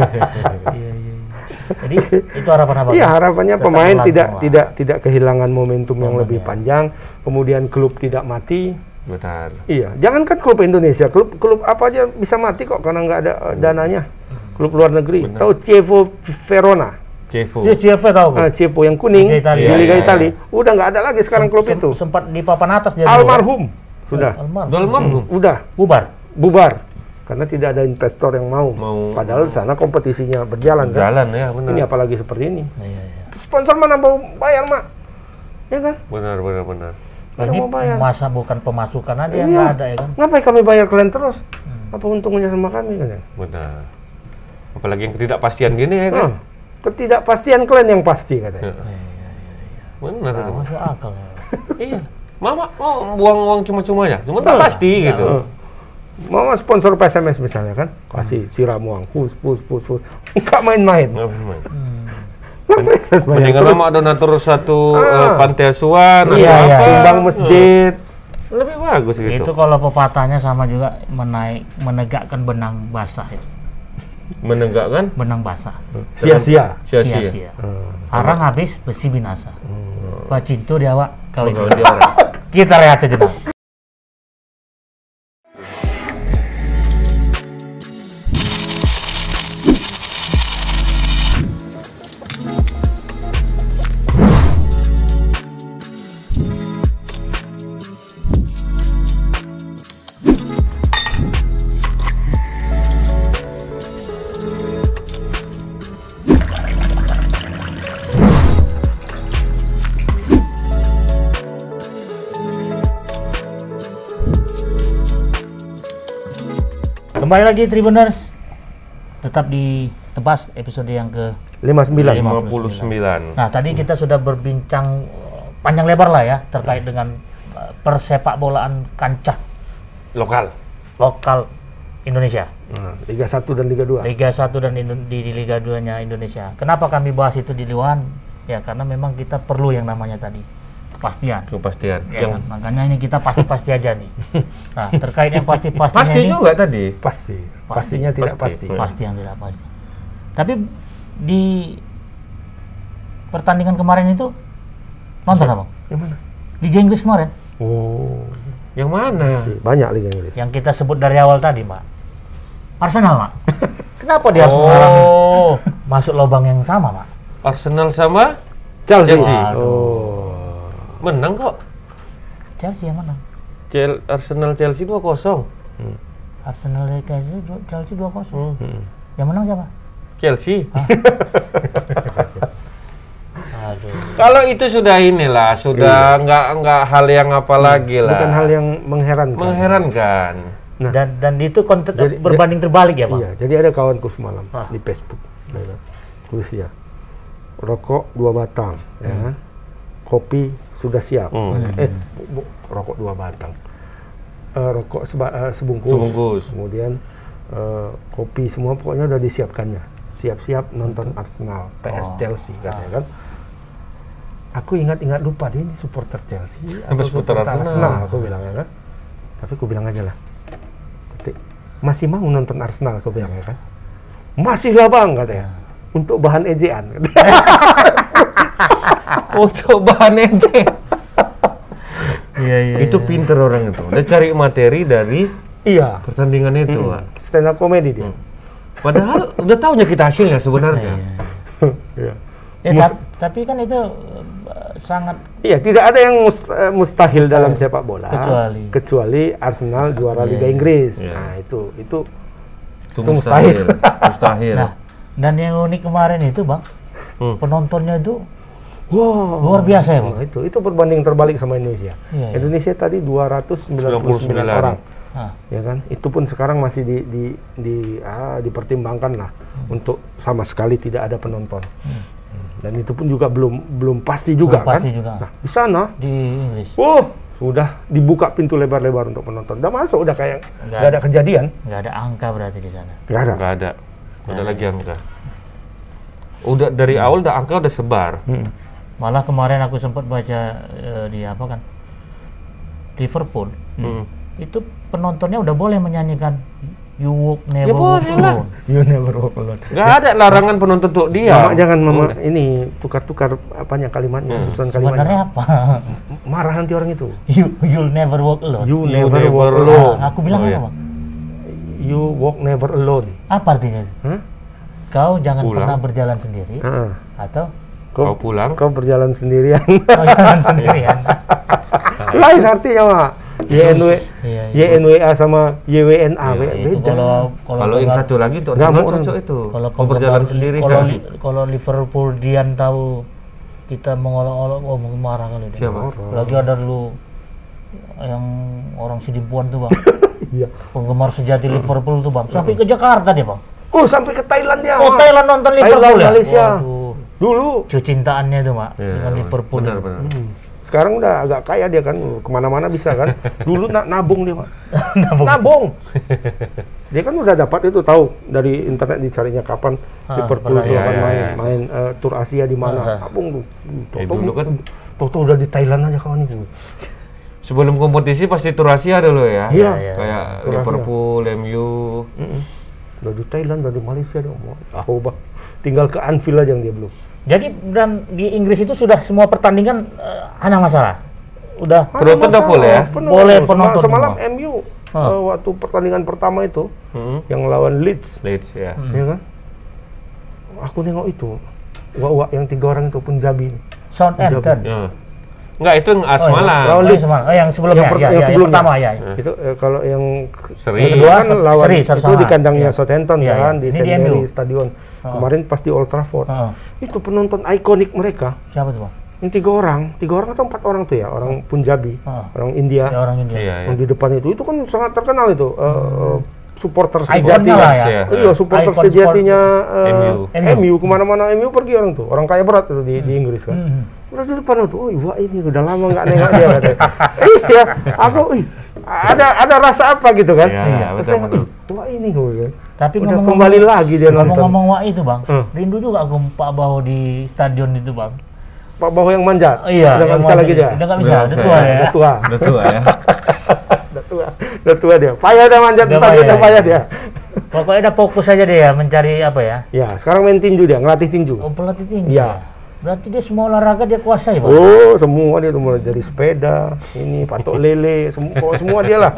Jadi itu harapan apa? Iya, harapannya pemain tidak kehilangan momentum yang lebih panjang, kemudian klub tidak mati. Benar. Iya, jangankan klub Indonesia, klub apa aja bisa mati kok karena nggak ada dananya. Klub luar negeri, tahu Chievo Verona? Chievo tahu. Chievo yang kuning di Liga Italia, udah nggak ada lagi sekarang klub itu. Sempat di papan atas dia. Almarhum, sudah. Udah. Bubar. Karena tidak ada investor yang mau. Padahal sana kompetisinya berjalan kan. Ya, benar. Ini apalagi seperti ini. Sponsor mana mau bayar, Mak? Ya kan? Benar. Ini masa bukan pemasukan aja yang nggak ada ya kan? Ngapain kami bayar kalian terus? Apa untungnya sama kami kan? Benar. Apalagi yang ketidakpastian gini ya kan? Ketidakpastian kalian yang pasti katanya. Benar. Masuk akal. Iya. Mama mau buang uang cuma-cuma ya? Cuma tak pasti gitu. Mama sponsor PSMS misalnya kan? Kasih siram uang, pus. Enggak main-main. Mendingan lama donatur satu pantai asuhan, timbang masjid. Lebih bagus gitu. Itu kalau pepatahnya sama juga menegakkan benang basah itu. Menegakkan benang basah. Sia-sia. Arang habis besi binasa. Pacintu di awak kawin di orang. Kita rehat sejenak. Kembali lagi Tribuners, tetap di Tebas episode yang ke 59. Nah tadi kita sudah berbincang panjang lebar lah ya terkait dengan persepak bolaan kancah lokal Indonesia. Liga 1 dan Liga 2. Liga 1 dan di Liga 2-nya Indonesia. Kenapa kami bahas itu di luar? Ya karena memang kita perlu yang namanya tadi kepastian. Ya, kan? Makanya ini kita pasti aja nih. Nah, terkait yang pasti-pastinya pasti ini, juga tadi. Pastinya tidak pasti. Pasti yang tidak pasti. Tapi di pertandingan kemarin itu nonton apa? Yang mana? Liga Inggris kemarin. Oh. Yang mana? Banyak Liga Inggris. Yang kita sebut dari awal tadi, Mbak. Arsenal, Mak. Kenapa dia harus mengalami masuk lubang yang sama, Mak? Arsenal sama Chelsea. Menang kok. Chelsea yang menang. Arsenal Chelsea 2-0. Arsenal Chelsea 2-0. Yang menang siapa? Chelsea. Aduh. Kalau itu sudah sudah nggak hal yang apa lagi lah. Bukan hal yang mengherankan. Nah, dan itu berbanding terbalik ya, Pak? Iya, jadi ada kawanku semalam di Facebook. Tulis ya. Rokok 2 batang, ya kan? Kopi sudah siap. Rokok 2 batang. Rokok sebungkus. Kemudian kopi semua pokoknya udah disiapkannya. Siap-siap nonton Arsenal, PS Chelsea katanya kan. Aku ingat lupa dia ini supporter Chelsea atau supporter Arsenal, aku bilang ya kan. Tapi aku bilang aja lah. Masih mau nonton Arsenal, aku bilang ya kan. Masih lah Bang katanya. Untuk bahan ejaan. Untuk bahan ejaan. Iya. Itu pinter orang itu. Dia cari materi dari Iya. Pertandingan itu, Pak. Stand up comedy dia. Padahal udah tahunya kita hasilnya sebenarnya. Iya. Tapi kan itu sangat Iya, tidak ada yang mustahil dalam sepak bola kecuali Arsenal juara Liga Inggris. Nah, itu mustahil. Mustahil. Nah, dan yang unik kemarin itu, Bang, penontonnya itu luar biasa ya, Bang. Itu berbanding terbalik sama Indonesia. Indonesia tadi 299 orang. Ya kan? Itu pun sekarang masih dipertimbangkan lah untuk sama sekali tidak ada penonton. Dan itu pun juga belum pasti juga kan? Nah, di sana di Inggris. Sudah dibuka pintu lebar-lebar untuk penonton. Udah masuk, udah kayak nggak ada kejadian. Nggak ada angka berarti di sana. Nggak ada. Ada lagi angka. Udah dari awal angka udah sebar. Malah kemarin aku sempat baca di Liverpool. Itu penontonnya udah boleh menyanyikan You Walk Never Walk Alone. You Never Walk Alone. Nggak ada larangan penonton untuk dia. Mama jangan ini tukar-tukar apanya kalimatnya, susunan kalimatnya. Sebenarnya apa? Marah nanti orang itu. You'll never walk alone. You never walk alone. Aku bilang apa, Bang? You walk never alone. Apa artinya? Kau jangan pernah berjalan sendiri. Atau kau pulang. Kau berjalan sendirian. Kau jalan sendirian. Lain artinya, Mak. YNWA sama YWNA beda. Kalau yang satu lagi untuk cocok itu. Kalau kau berjalan sendiri, kalau Liverpool Dian tahu kita mengolok-olok, marah kali dia. Siapa? Lagi ada dulu yang orang Sidimpuan tuh, Bang. Iya. Penggemar sejati Liverpool tuh, Bang. Sampai ke Jakarta dia, Bang. Sampai ke Thailand dia. Thailand nonton Liverpool ya? Malaysia. Dulu. Cintaannya itu, Mak, dengan Liverpool. Benar. Sekarang udah agak kaya dia kan, kemana-mana bisa kan. Dulu nabung dia, Pak. Nabung. Dia kan udah dapat itu, tahu dari internet dicarinya kapan Liverpool itu akan main tur Asia di mana. Nabung tuh. Dulu kan Toto udah di Thailand aja kawan itu. Sebelum kompetisi pasti tur Asia dulu ya. Iya. Kayak Liverpool, MU. Udah di Thailand, udah di Malaysia dong. Tinggal ke Anfield aja yang dia belum. Jadi dan di Inggris itu sudah semua pertandingan ada masalah. Udah penonton udah full ya? Boleh penonton. Semalam MU waktu pertandingan pertama itu yang lawan Leeds ya. Ya kan? Aku nengok itu. Wak yang 3 orang itu Punjabi. Southampton. Enggak, itu semalam. Lawan Leeds. Yang sebelumnya. Yang pertama ya. Itu kalau yang kedua kan lawan itu di kandangnya Southampton kan di St. Mary Stadion. Kemarin pas di Old Trafford. Itu penonton ikonik mereka. Siapa tuh, Bang? Yang 3 orang atau 4 orang tuh ya, orang Punjabi, orang India. Ya, orang India. Yang di depan itu kan sangat terkenal itu. Supporter Ikonnya sejati lah ya. Iya, supporter sejatinya MU kemana-mana MU pergi orang tuh. Orang kaya berat itu di Inggris kan. Udah di depan tuh, wah ini udah lama nggak nengok dia katanya. Iya, aku ada rasa apa gitu kan? Iya, betul. Wah ini gue. Tapi udah kembali lagi dia nonton. Ngomong-ngomong wah itu, Bang. Rindu juga aku Pak Baho di stadion itu, Bang. Pak Baho yang manjat. Iya. Udah nggak bisa lagi dia. Udah nggak bisa. Udah tua ya. Udah tua dia. Payah udah manjat stadion, udah payah dia. Pokoknya udah fokus aja dia mencari apa ya? Ya, sekarang main tinju dia, ngelatih tinju. Oh, pelatih tinju. Iya. Berarti dia semua olahraga dia kuasai, Bang. Semua dia tuh, mulai dari sepeda, ini patok lele, semua dia lah.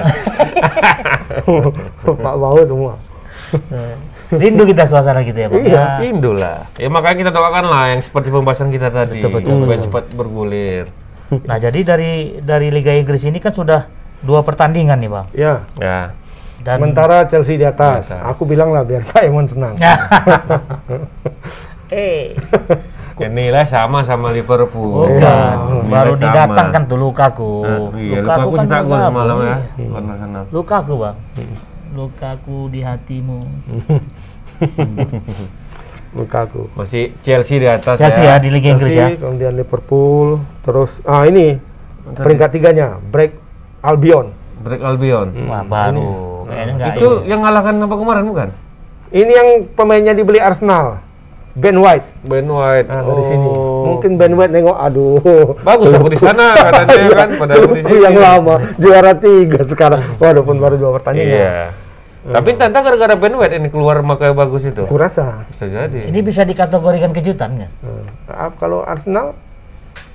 Pak Baho semua. Rindu kita suasana gitu ya, Bang. Iya, rindu lah. Ya makanya kita doakan lah yang seperti pembahasan kita tadi, supaya cepat bergulir. Nah, jadi dari Liga Inggris ini kan sudah 2 pertandingan nih, Bang. Ya. Dan sementara Chelsea di atas. Aku bilang lah biar Pak Emon senang. Inilah sama Liverpool. Bukan. Baru didatangkan tuh Lukaku. Lukaku kan cetak gol semalam ya. Lukaku, Bang. Lukaku di hatimu. Lukaku. Masih Chelsea di atas Chelsea ya di Liga Inggris ya. Kemudian Liverpool, terus ini peringkat 3-nya Break Albion. Wah, baru. Itu yang ngalahkan apa kemarin bukan? Ini yang pemainnya dibeli Arsenal. Ben White. Dari sini. Mungkin Ben White nengok, aduh. Bagus aku di sana katanya kan pada di sini. Yang lama juara 3 sekarang. Walaupun baru 2 pertandingan. Iya. Tapi entah gara-gara Ben White ini keluar makanya bagus itu. Kurasa. Bisa jadi. Ini bisa dikategorikan kejutan nggak? Kalau Arsenal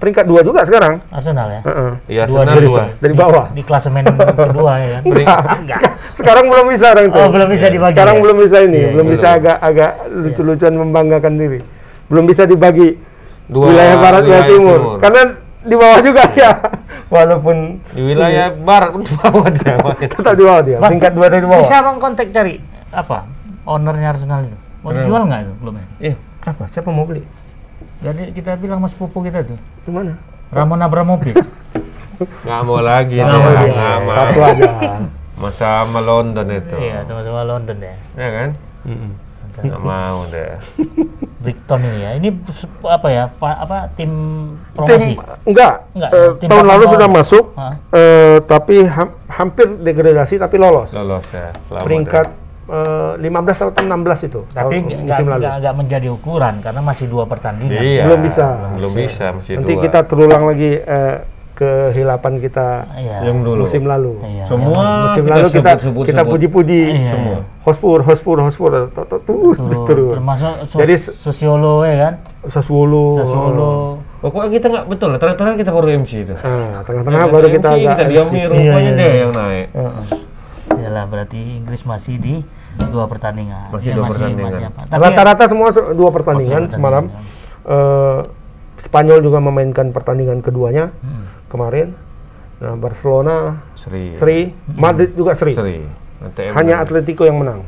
peringkat 2 juga sekarang. Arsenal ya. Iya, Dua Arsenal dari- 2. Dari bawah. Di klasemen kedua ya kan. Sekarang belum bisa orang itu. Oh, belum bisa dibagi. Sekarang ya? belum bisa ini, Iya, belum iya. bisa agak lucu-lucuan membanggakan diri. Belum bisa dibagi Dua wilayah barat wilayah timur. Karena di bawah juga ya. Walaupun di wilayah barat pun di bawah dia. tetap di bawah dia. Bang, Peringkat 2 dari bawah. Bisa Bang kontak cari apa? Ownernya Arsenal itu. Mau dijual nggak itu belum ya? Iya. Kenapa? Siapa mau beli? Jadi kita bilang Mas Pupu kita tuh. Di mana? Ramon Abramovich. Nggak mau lagi Nggak dia. mau lagi. Nggak mau. Satu aja. Masa sama London itu. Iya, sama-sama London ya. Ya kan? Nggak mau deh. Brighton ini ya. Ini apa ya? Tim Tim promosi. enggak. Enggak, tim Tahun lalu bawah. sudah masuk, Hah? tapi hampir degradasi tapi lolos. Lolos ya. Selamat Peringkat ya. 15 atau 16 itu. Tapi tahun musim lalu. nggak menjadi ukuran karena masih 2 pertandingan. Iya. Belum bisa. Belum bisa masih Nanti 2. kita terulang lagi kehilapan kita Iya. yang dulu. musim lalu. Iya. Semua Musim lalu sebut-sebut kita puji-puji Iya. semua. Hotspur turun. Termasuk Jadi Sassuolo ya kan? Sassuolo. Pokoknya kita nggak betul lah. Tengah-tengah kita baru MC itu. Tengah-tengah baru kita MC, kita diami rupanya Iya. deh yang naik. Yalah, berarti Inggris masih di 2 pertandingan. Masih Ya, 2 pertandingan. Masih apa. Tapi Rata-rata semua 2 pertandingan Masih semalam. Spanyol juga memainkan pertandingan keduanya kemarin. Nah, Barcelona seri, Madrid juga seri. ATM Hanya Atletico yang menang.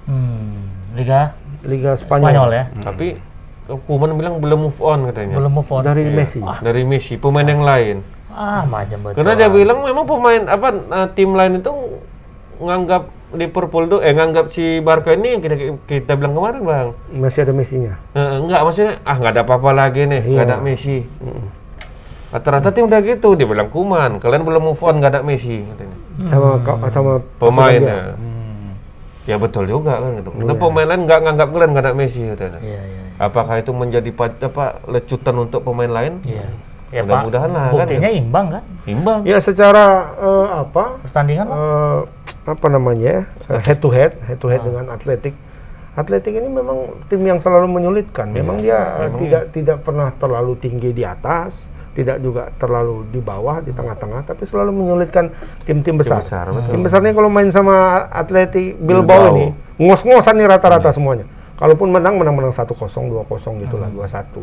Liga Spanyol ya. Tapi Koeman bilang belum move on katanya. Belum move on. Dari Iya. Messi. Dari Messi, pemain yang lain. Macam betul. Karena dia bilang memang pemain tim lain itu nganggap Liverpool tuh nganggap si Barca ini yang kita bilang kemarin, Bang. Masih ada Messi-nya. Enggak, maksudnya nggak ada apa-apa lagi nih, nggak Iya. ada Messi. Rata-rata tim udah gitu, dia bilang Koeman, kalian belum move on, nggak ada Messi katanya. Sama Pemainnya. Ya betul juga kan gitu. Karena pemain lain nggak nganggap kalian nggak ada Messi katanya. Iya. Apakah itu menjadi lecutan untuk pemain lain? Iya. Ya, Mudah-mudahan lah kan. buktinya imbang kan? Imbang. Ya secara Pertandingan Pak? apa namanya head to head dengan Atletik. Atletik ini memang tim yang selalu menyulitkan. Memang dia tidak pernah terlalu tinggi di atas, tidak juga terlalu di bawah, di tengah-tengah, tapi selalu menyulitkan tim-tim besar. Tim besarnya kalau main sama Atletik Bilbao ini ngos-ngosan nih rata-rata semuanya. Kalaupun menang 1-0, 2-0 gitulah, 2-1.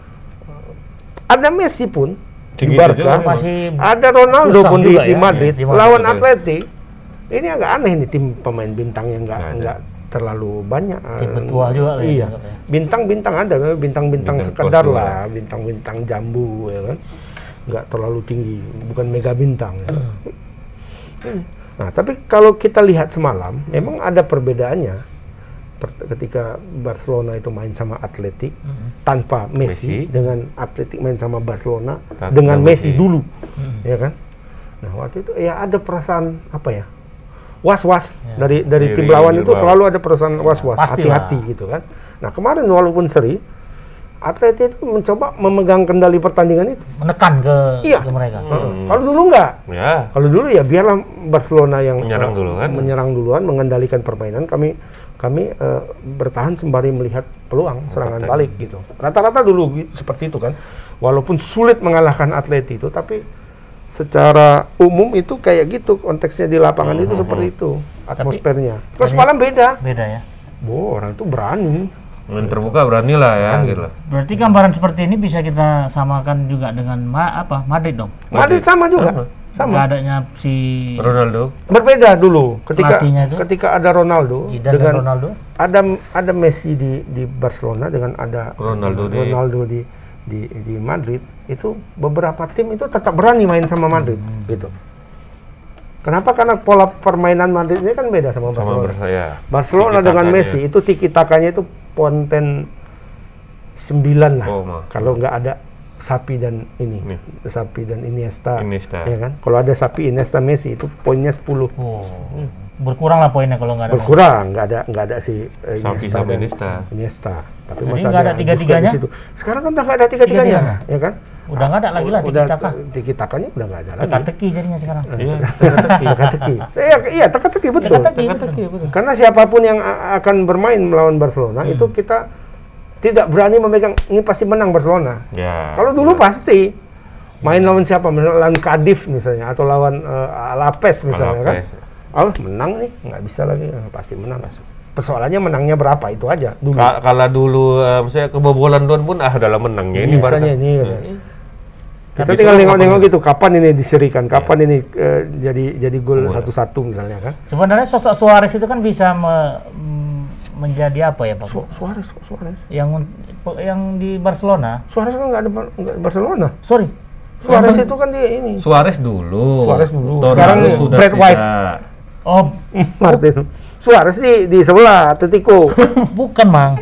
Ada Messi pun di Barca, ada Ronaldo pun di Madrid, lawan Atletik. Ini agak aneh nih tim pemain bintang yang nggak terlalu banyak. Tim petua juga lah. Iya. Bintang-bintang ada, bintang-bintang sekedar lah, bintang-bintang jambu ya kan. Nggak terlalu tinggi, bukan mega bintang ya. Nah, tapi kalau kita lihat semalam, memang ada perbedaannya. Ketika Barcelona itu main sama Atletik tanpa Messi, dengan Atletik main sama Barcelona dengan Messi dulu, ya kan? Nah, waktu itu ya ada perasaan apa ya? Was-was dari tim lawan itu selalu ada perasaan was-was, hati-hati gitu kan. Nah, kemarin walaupun seri, Atletik itu mencoba memegang kendali pertandingan itu, menekan ke mereka. Kalau dulu enggak. Ya. Kalau dulu ya biarlah Barcelona yang menyerang duluan, mengendalikan permainan. Kami bertahan sembari melihat peluang serangan balik gitu. Rata-rata dulu seperti itu kan. Walaupun sulit mengalahkan Atleti itu, tapi secara umum itu kayak gitu konteksnya di lapangan itu seperti itu atmosfernya. Terus malam beda. Beda ya. Orang itu berani. Main terbuka berani lah ya gitu. Berarti gambaran seperti ini bisa kita samakan juga dengan Madrid dong. Madrid sama juga. Sama. Nggak adanya si Ronaldo. Berbeda dulu ketika ada Ronaldo dengan Ronaldo. Ada Messi di Barcelona dengan ada Ronaldo di Madrid, itu beberapa tim itu tetap berani main sama Madrid gitu. Kenapa? Karena pola permainan Madrid ini kan beda sama Barcelona. Barcelona dengan Messi itu tiki-takanya itu ponten 9 lah. Kalau nggak ada Sapi dan Iniesta. Ya kan? Kalau ada Sapi, Iniesta, Messi itu poinnya 10. Berkurang lah poinnya kalau nggak ada. Berkurang, nggak ada si Iniesta. Tapi masih nggak ada tiga-tiganya. Sekarang kan udah nggak ada tiga-tiganya, ya kan? Udah nggak ada lagi lah tiki-taka. Tiki-takanya udah nggak ada lagi. Teka-teki jadinya sekarang. Teka-teki. Iya, teka-teki betul. Karena siapapun yang akan bermain melawan Barcelona itu kita tidak berani memegang ini pasti menang Barcelona. Kalau dulu pasti Main lawan siapa? Lawan Cardiff misalnya atau lawan Alaves misalnya kan? Menang nih, nggak bisa lagi, pasti menang. Persoalannya menangnya berapa itu aja dulu. Kalau dulu misalnya kebobolan doang pun dalam menangnya ini misalnya ini. Kita tinggal nengok-nengok gitu, kapan ini diserikan, kapan ini jadi gol 1-1 misalnya kan. Sebenarnya sosok Suarez itu kan bisa menjadi apa ya Pak? Suarez. Yang di Barcelona. Suarez kan nggak ada Barcelona. Sorry. Suarez itu kan dia ini. Suarez dulu. Sekarang sudah Brad White. Oh, Martin. Suarez di sebelah Atletico. Bukan, Mang.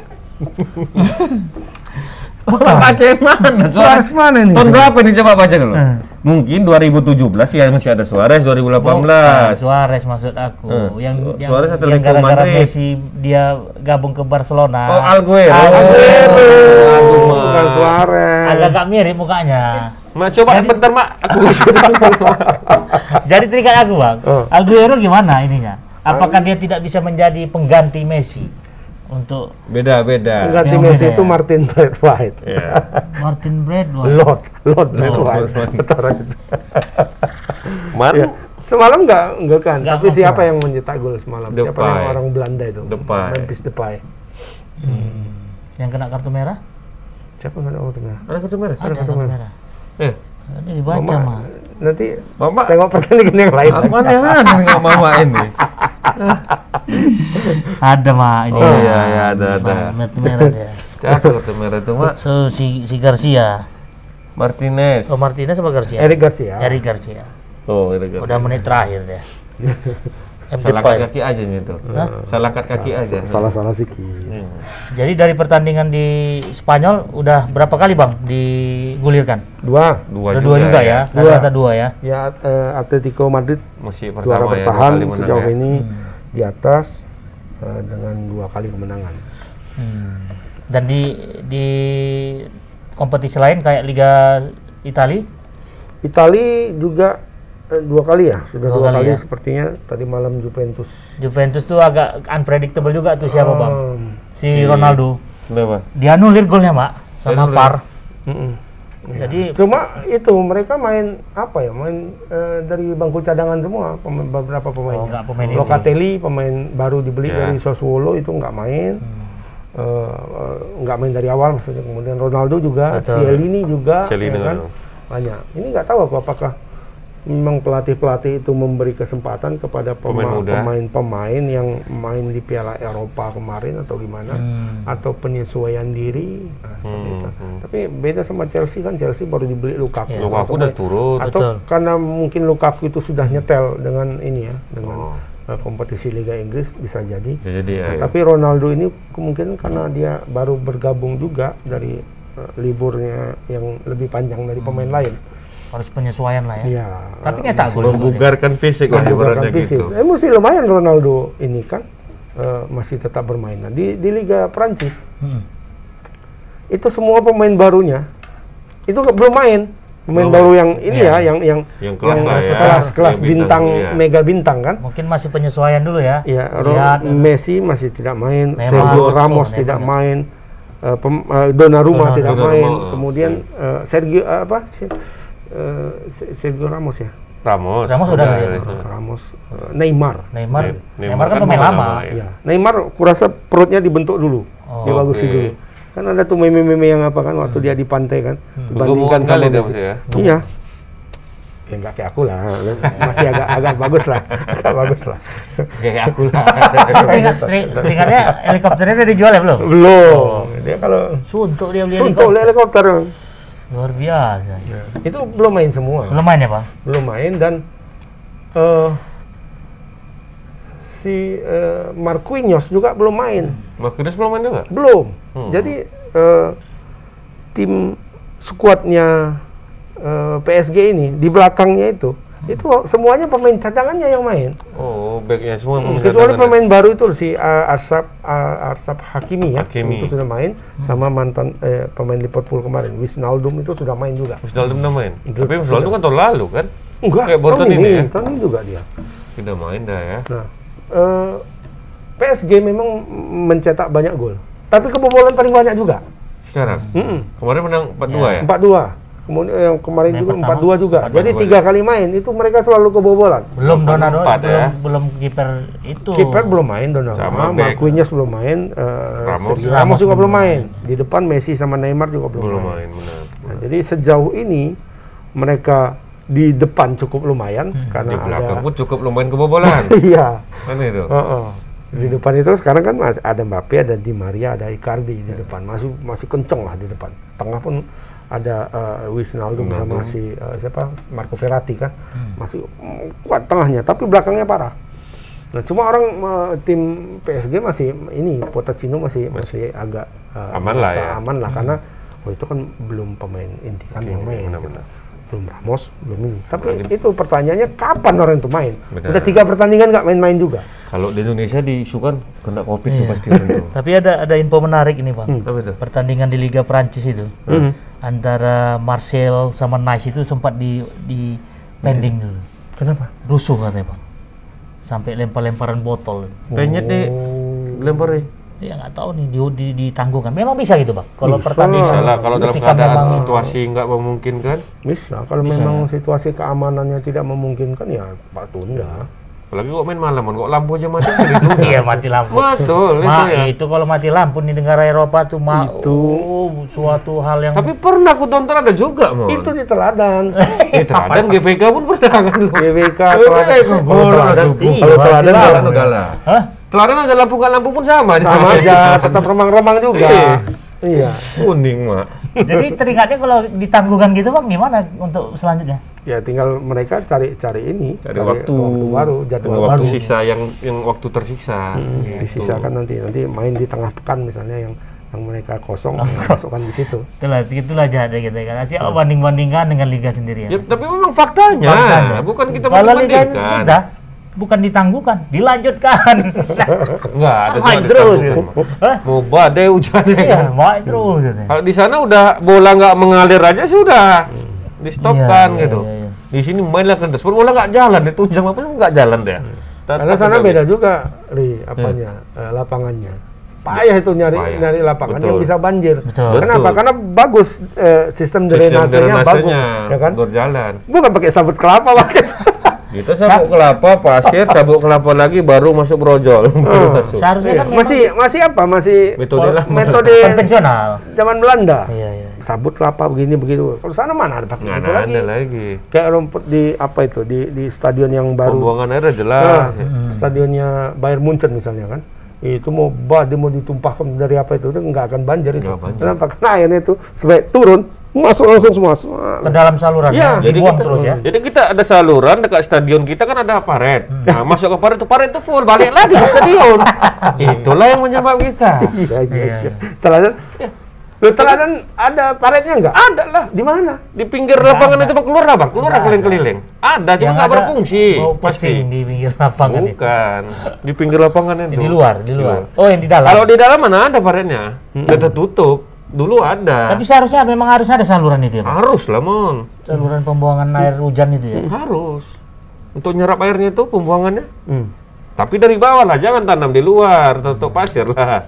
Baca yang mana? Suarez mana nih? Tahun berapa nih, coba baca dulu. Mungkin 2017 ya masih ada Suarez, 2018. Suarez maksud aku. Yang Suarez gara-gara Messi dia gabung ke Barcelona. Oh, Alguero. Bukan Suarez. Agak mirip mukanya. Coba bentar, Mak. Aku Jadi terikat aku, Bang. Alguero gimana ininya? Apakah dia tidak bisa menjadi pengganti Messi? Untuk beda. Pengganti Messi itu Martin Brad White. Martin Brad White. Lord Brad White. Semalam enggak kan? Tapi siapa yang mencetak gol semalam? Siapa yang orang Belanda itu? Memphis Depay. Yang kena kartu merah? Siapa yang kena kartu merah? Ada kartu merah? Ada kartu merah. Nanti dibaca, Mama. Nanti Mama tengok pertandingan yang lain. Apaan yang ada nggak Mama ini? Ada, Mak, ini. Oh iya, ada. Kartu merah dia. Kartu merah itu, Mak. So, si Garcia. Martinez. Oh, Martinez sama Garcia? Eric Garcia. Oh, Eric Garcia. Udah menit terakhir dia. Salah kaki aja nih tuh. Salah kaki aja. Salah sikit. Jadi dari pertandingan di Spanyol udah berapa kali Bang digulirkan? Dua juga ya. Rata-rata dua ya. Ya Atletico Madrid masih juara bertahan sejauh ya. ini di atas dengan 2 kali kemenangan. Dan di kompetisi lain kayak Liga Italia juga 2 kali ya, sudah 2 kali ya? Sepertinya tadi malam Juventus tuh agak unpredictable juga tuh siapa Bang? Si Ronaldo. Kenapa? Dia nulir golnya Mak sama VAR. Jadi cuma itu mereka main apa ya? Main dari bangku cadangan semua beberapa pemainnya. Locatelli pemain baru dibeli dari Sassuolo itu nggak main. Nggak main dari awal maksudnya. Kemudian Ronaldo juga, Chiellini juga, ya kan? Banyak. Ini nggak tahu aku apakah memang pelatih-pelatih itu memberi kesempatan kepada pemain-pemain yang main di Piala Eropa kemarin atau gimana, atau penyesuaian diri. Tapi beda sama Chelsea kan, Chelsea baru dibeli Lukaku. Lukaku udah turun. Atau karena mungkin Lukaku itu sudah nyetel dengan ini ya, dengan kompetisi Liga Inggris bisa jadi. Tapi Ronaldo ini kemungkinan karena dia baru bergabung juga dari liburnya yang lebih panjang dari pemain lain. Harus penyesuaian lah ya. Tapi nyetak gol. Membugarkan fisik lah ibaratnya gitu. Mesti lumayan Ronaldo ini kan masih tetap bermain. Nah, di Liga Prancis itu semua pemain barunya itu belum main. Pemain baru yang ini yang kelas bintang, mega bintang kan. Mungkin masih penyesuaian dulu ya. Messi masih tidak main, Sergio Ramos tidak main, Donnarumma tidak main. Kemudian Sergio Ramos ya. Ramos udah Neymar kan pemain lama. Ya. Neymar kurasa perutnya dibentuk dulu. Dia bagusin dulu. Kan ada tuh meme-meme yang apa kan waktu dia di pantai kan dibandingkan sama Messi. Iya. Ya enggak kayak aku lah. Masih agak bagus lah. Kayak aku lah. Teringatnya helikopternya udah dijual ya belum? Belum. Dia kalau suntuk dia beli helikopter. Luar biasa. Itu belum main semua. Belum main ya Pak? Belum main dan si Marquinhos juga belum main. Marquinhos belum main juga? Belum. Jadi tim skuadnya PSG ini di belakangnya itu semuanya pemain cadangannya yang main. Oh, backnya semua kecuali pemain baru itu si Arsaf Hakimi ya. Itu sudah main sama mantan pemain Liverpool kemarin Wijnaldum itu sudah main juga. Wijnaldum udah main. Tapi Wijnaldum kan tahun lalu kan? Enggak, tahun ini juga dia. Sudah main dah ya. Nah, PSG memang mencetak banyak gol. Tapi kebobolan paling banyak juga. Sekarang? Kemarin menang 4-2 ya? 4-2. Kemudian yang kemarin Yang juga pertama, 4-2 juga. Jadi 3 kali main itu mereka selalu kebobolan. Belum Donnarumma, Empat ya. belum kiper itu. Kiper belum main Donnarumma, Sama back. Marquinhos belum main, Sergio Ramos juga belum main. Di depan Messi sama Neymar juga belum main. Benar. Nah, jadi sejauh ini mereka di depan cukup lumayan karena Di belakang ada pun cukup lumayan kebobolan. iya. Kan itu. Di depan itu sekarang kan masih ada Mbappe, ada Di Maria, ada Icardi di depan. Masih kenceng lah di depan. Tengah pun ada Wijnaldum sama si siapa? Marco Verratti kan. Masih kuat tengahnya, tapi belakangnya parah. Nah, cuma orang tim PSG masih ini Pochettino masih agak Aman lah ya. aman lah karena itu kan belum pemain inti kan yang main. benar-benar. Belum Ramos, belum ini. Tapi itu pertanyaannya kapan orang itu main? Benar. Udah 3 pertandingan nggak main-main juga. Kalau di Indonesia diisukan kena Covid tuh pasti itu. Tapi ada info menarik ini Bang. Apa itu? Pertandingan di Liga Prancis itu antara Marseille sama Nice itu sempat di pending dulu. Kenapa? Rusuh katanya Bang. Sampai lempar-lemparan botol. Penyet nih lempar nih. Ya nggak tahu nih ditanggungkan. Memang bisa gitu Bang. Kalau Bisa pertandingan Salah kalau dalam ketika keadaan memang- situasi nggak memungkinkan. Bisa. Kalau memang situasi keamanannya tidak memungkinkan ya Pak tunda. Apalagi kok main malam, kok lampu aja mati jadi dulu. Iya mati lampu. Betul itu ya. Itu kalau mati lampu di negara Eropa tuh suatu hal yang Tapi pernah aku tonton ada juga, Mon. Itu di teladan. Teladan GPK pun pernah kan lu. GWK Kalau teladan teladan udah lah. Hah? Teladan ada lampu nggak lampu pun sama. sama aja, tetap remang-remang juga. Iya. Kuning, Mak. Jadi teringatnya kalau ditanggungan gitu Bang gimana untuk selanjutnya? Ya tinggal mereka cari ini, Cari waktu baru, jadwal dengan waktu baru. sisa yang waktu tersisa. Gitu. Disisakan nanti main di tengah pekan misalnya yang mereka kosong masukkan di situ. Itulah jahat gitu kan. Siapa banding-bandingkan dengan liga sendiri Ya, ya. tapi memang faktanya, bukan kita Kalau liga membandingkan. kita bukan ditangguhkan, dilanjutkan. Enggak, ada cuma Main terus. ditangguhkan. Hah? Mau badai hujannya Iya, kan. main terus. Gitu. Kalau di sana udah bola nggak mengalir aja sudah di-stopkan Iya, gitu. iya, iya. Di sini mainlah kan terus bola nggak jalan, ditunjang apa pun nggak jalan deh. Karena sana beda juga, apanya, lapangannya. Payah itu nyari lapangan Betul. yang bisa banjir. Betul. Kenapa? Betul. Karena bagus sistem drainasenya bagus, ya kan? berjalan. Bukan pakai sabut kelapa, pakai Kita sabuk kelapa, pasir, sabuk kelapa lagi baru masuk brojol. Baru masuk. Seharusnya kan memang masih apa? Masih Metode lah. metode konvensional. zaman Belanda. Iya, iya. Sabut kelapa begini begitu. Kalau sana mana ada pakai Nggak itu lagi? ada lagi. Kayak rumput di apa itu di stadion yang baru. Pembuangan airnya Nah, jelas. stadionnya Bayern Munchen misalnya kan. Itu mau ditumpahkan dari apa itu udah nggak akan banjir itu. Nggak banjir. Kenapa? Karena airnya itu sebaik turun masuk langsung semua. Ke dalam saluran Iya. ya, dibuang kita, terus ya. Jadi kita ada saluran dekat stadion kita kan ada paret. Nah, masuk ke paret itu full, balik lagi ke stadion. Itulah yang menyebab kita. Iya. Teladan. Loh, teladan ada paretnya nggak? Ada lah. Di mana? Di pinggir lapangan itu Bang, keluar lah Bang, keluar keliling-keliling. Ada, cuma Yang nggak ada berfungsi. bau pesing di pinggir lapangan itu. Bukan. Di pinggir lapangan itu. Di luar. Oh, yang di dalam. Kalau di dalam mana ada paretnya? Udah tertutup. Dulu ada. Tapi seharusnya memang harus ada saluran itu ya, Bang? Harus lah, Mon. Saluran pembuangan air hujan itu ya. Harus. Untuk nyerap airnya itu pembuangannya. Tapi dari bawah lah, jangan tanam di luar, tutup pasir lah.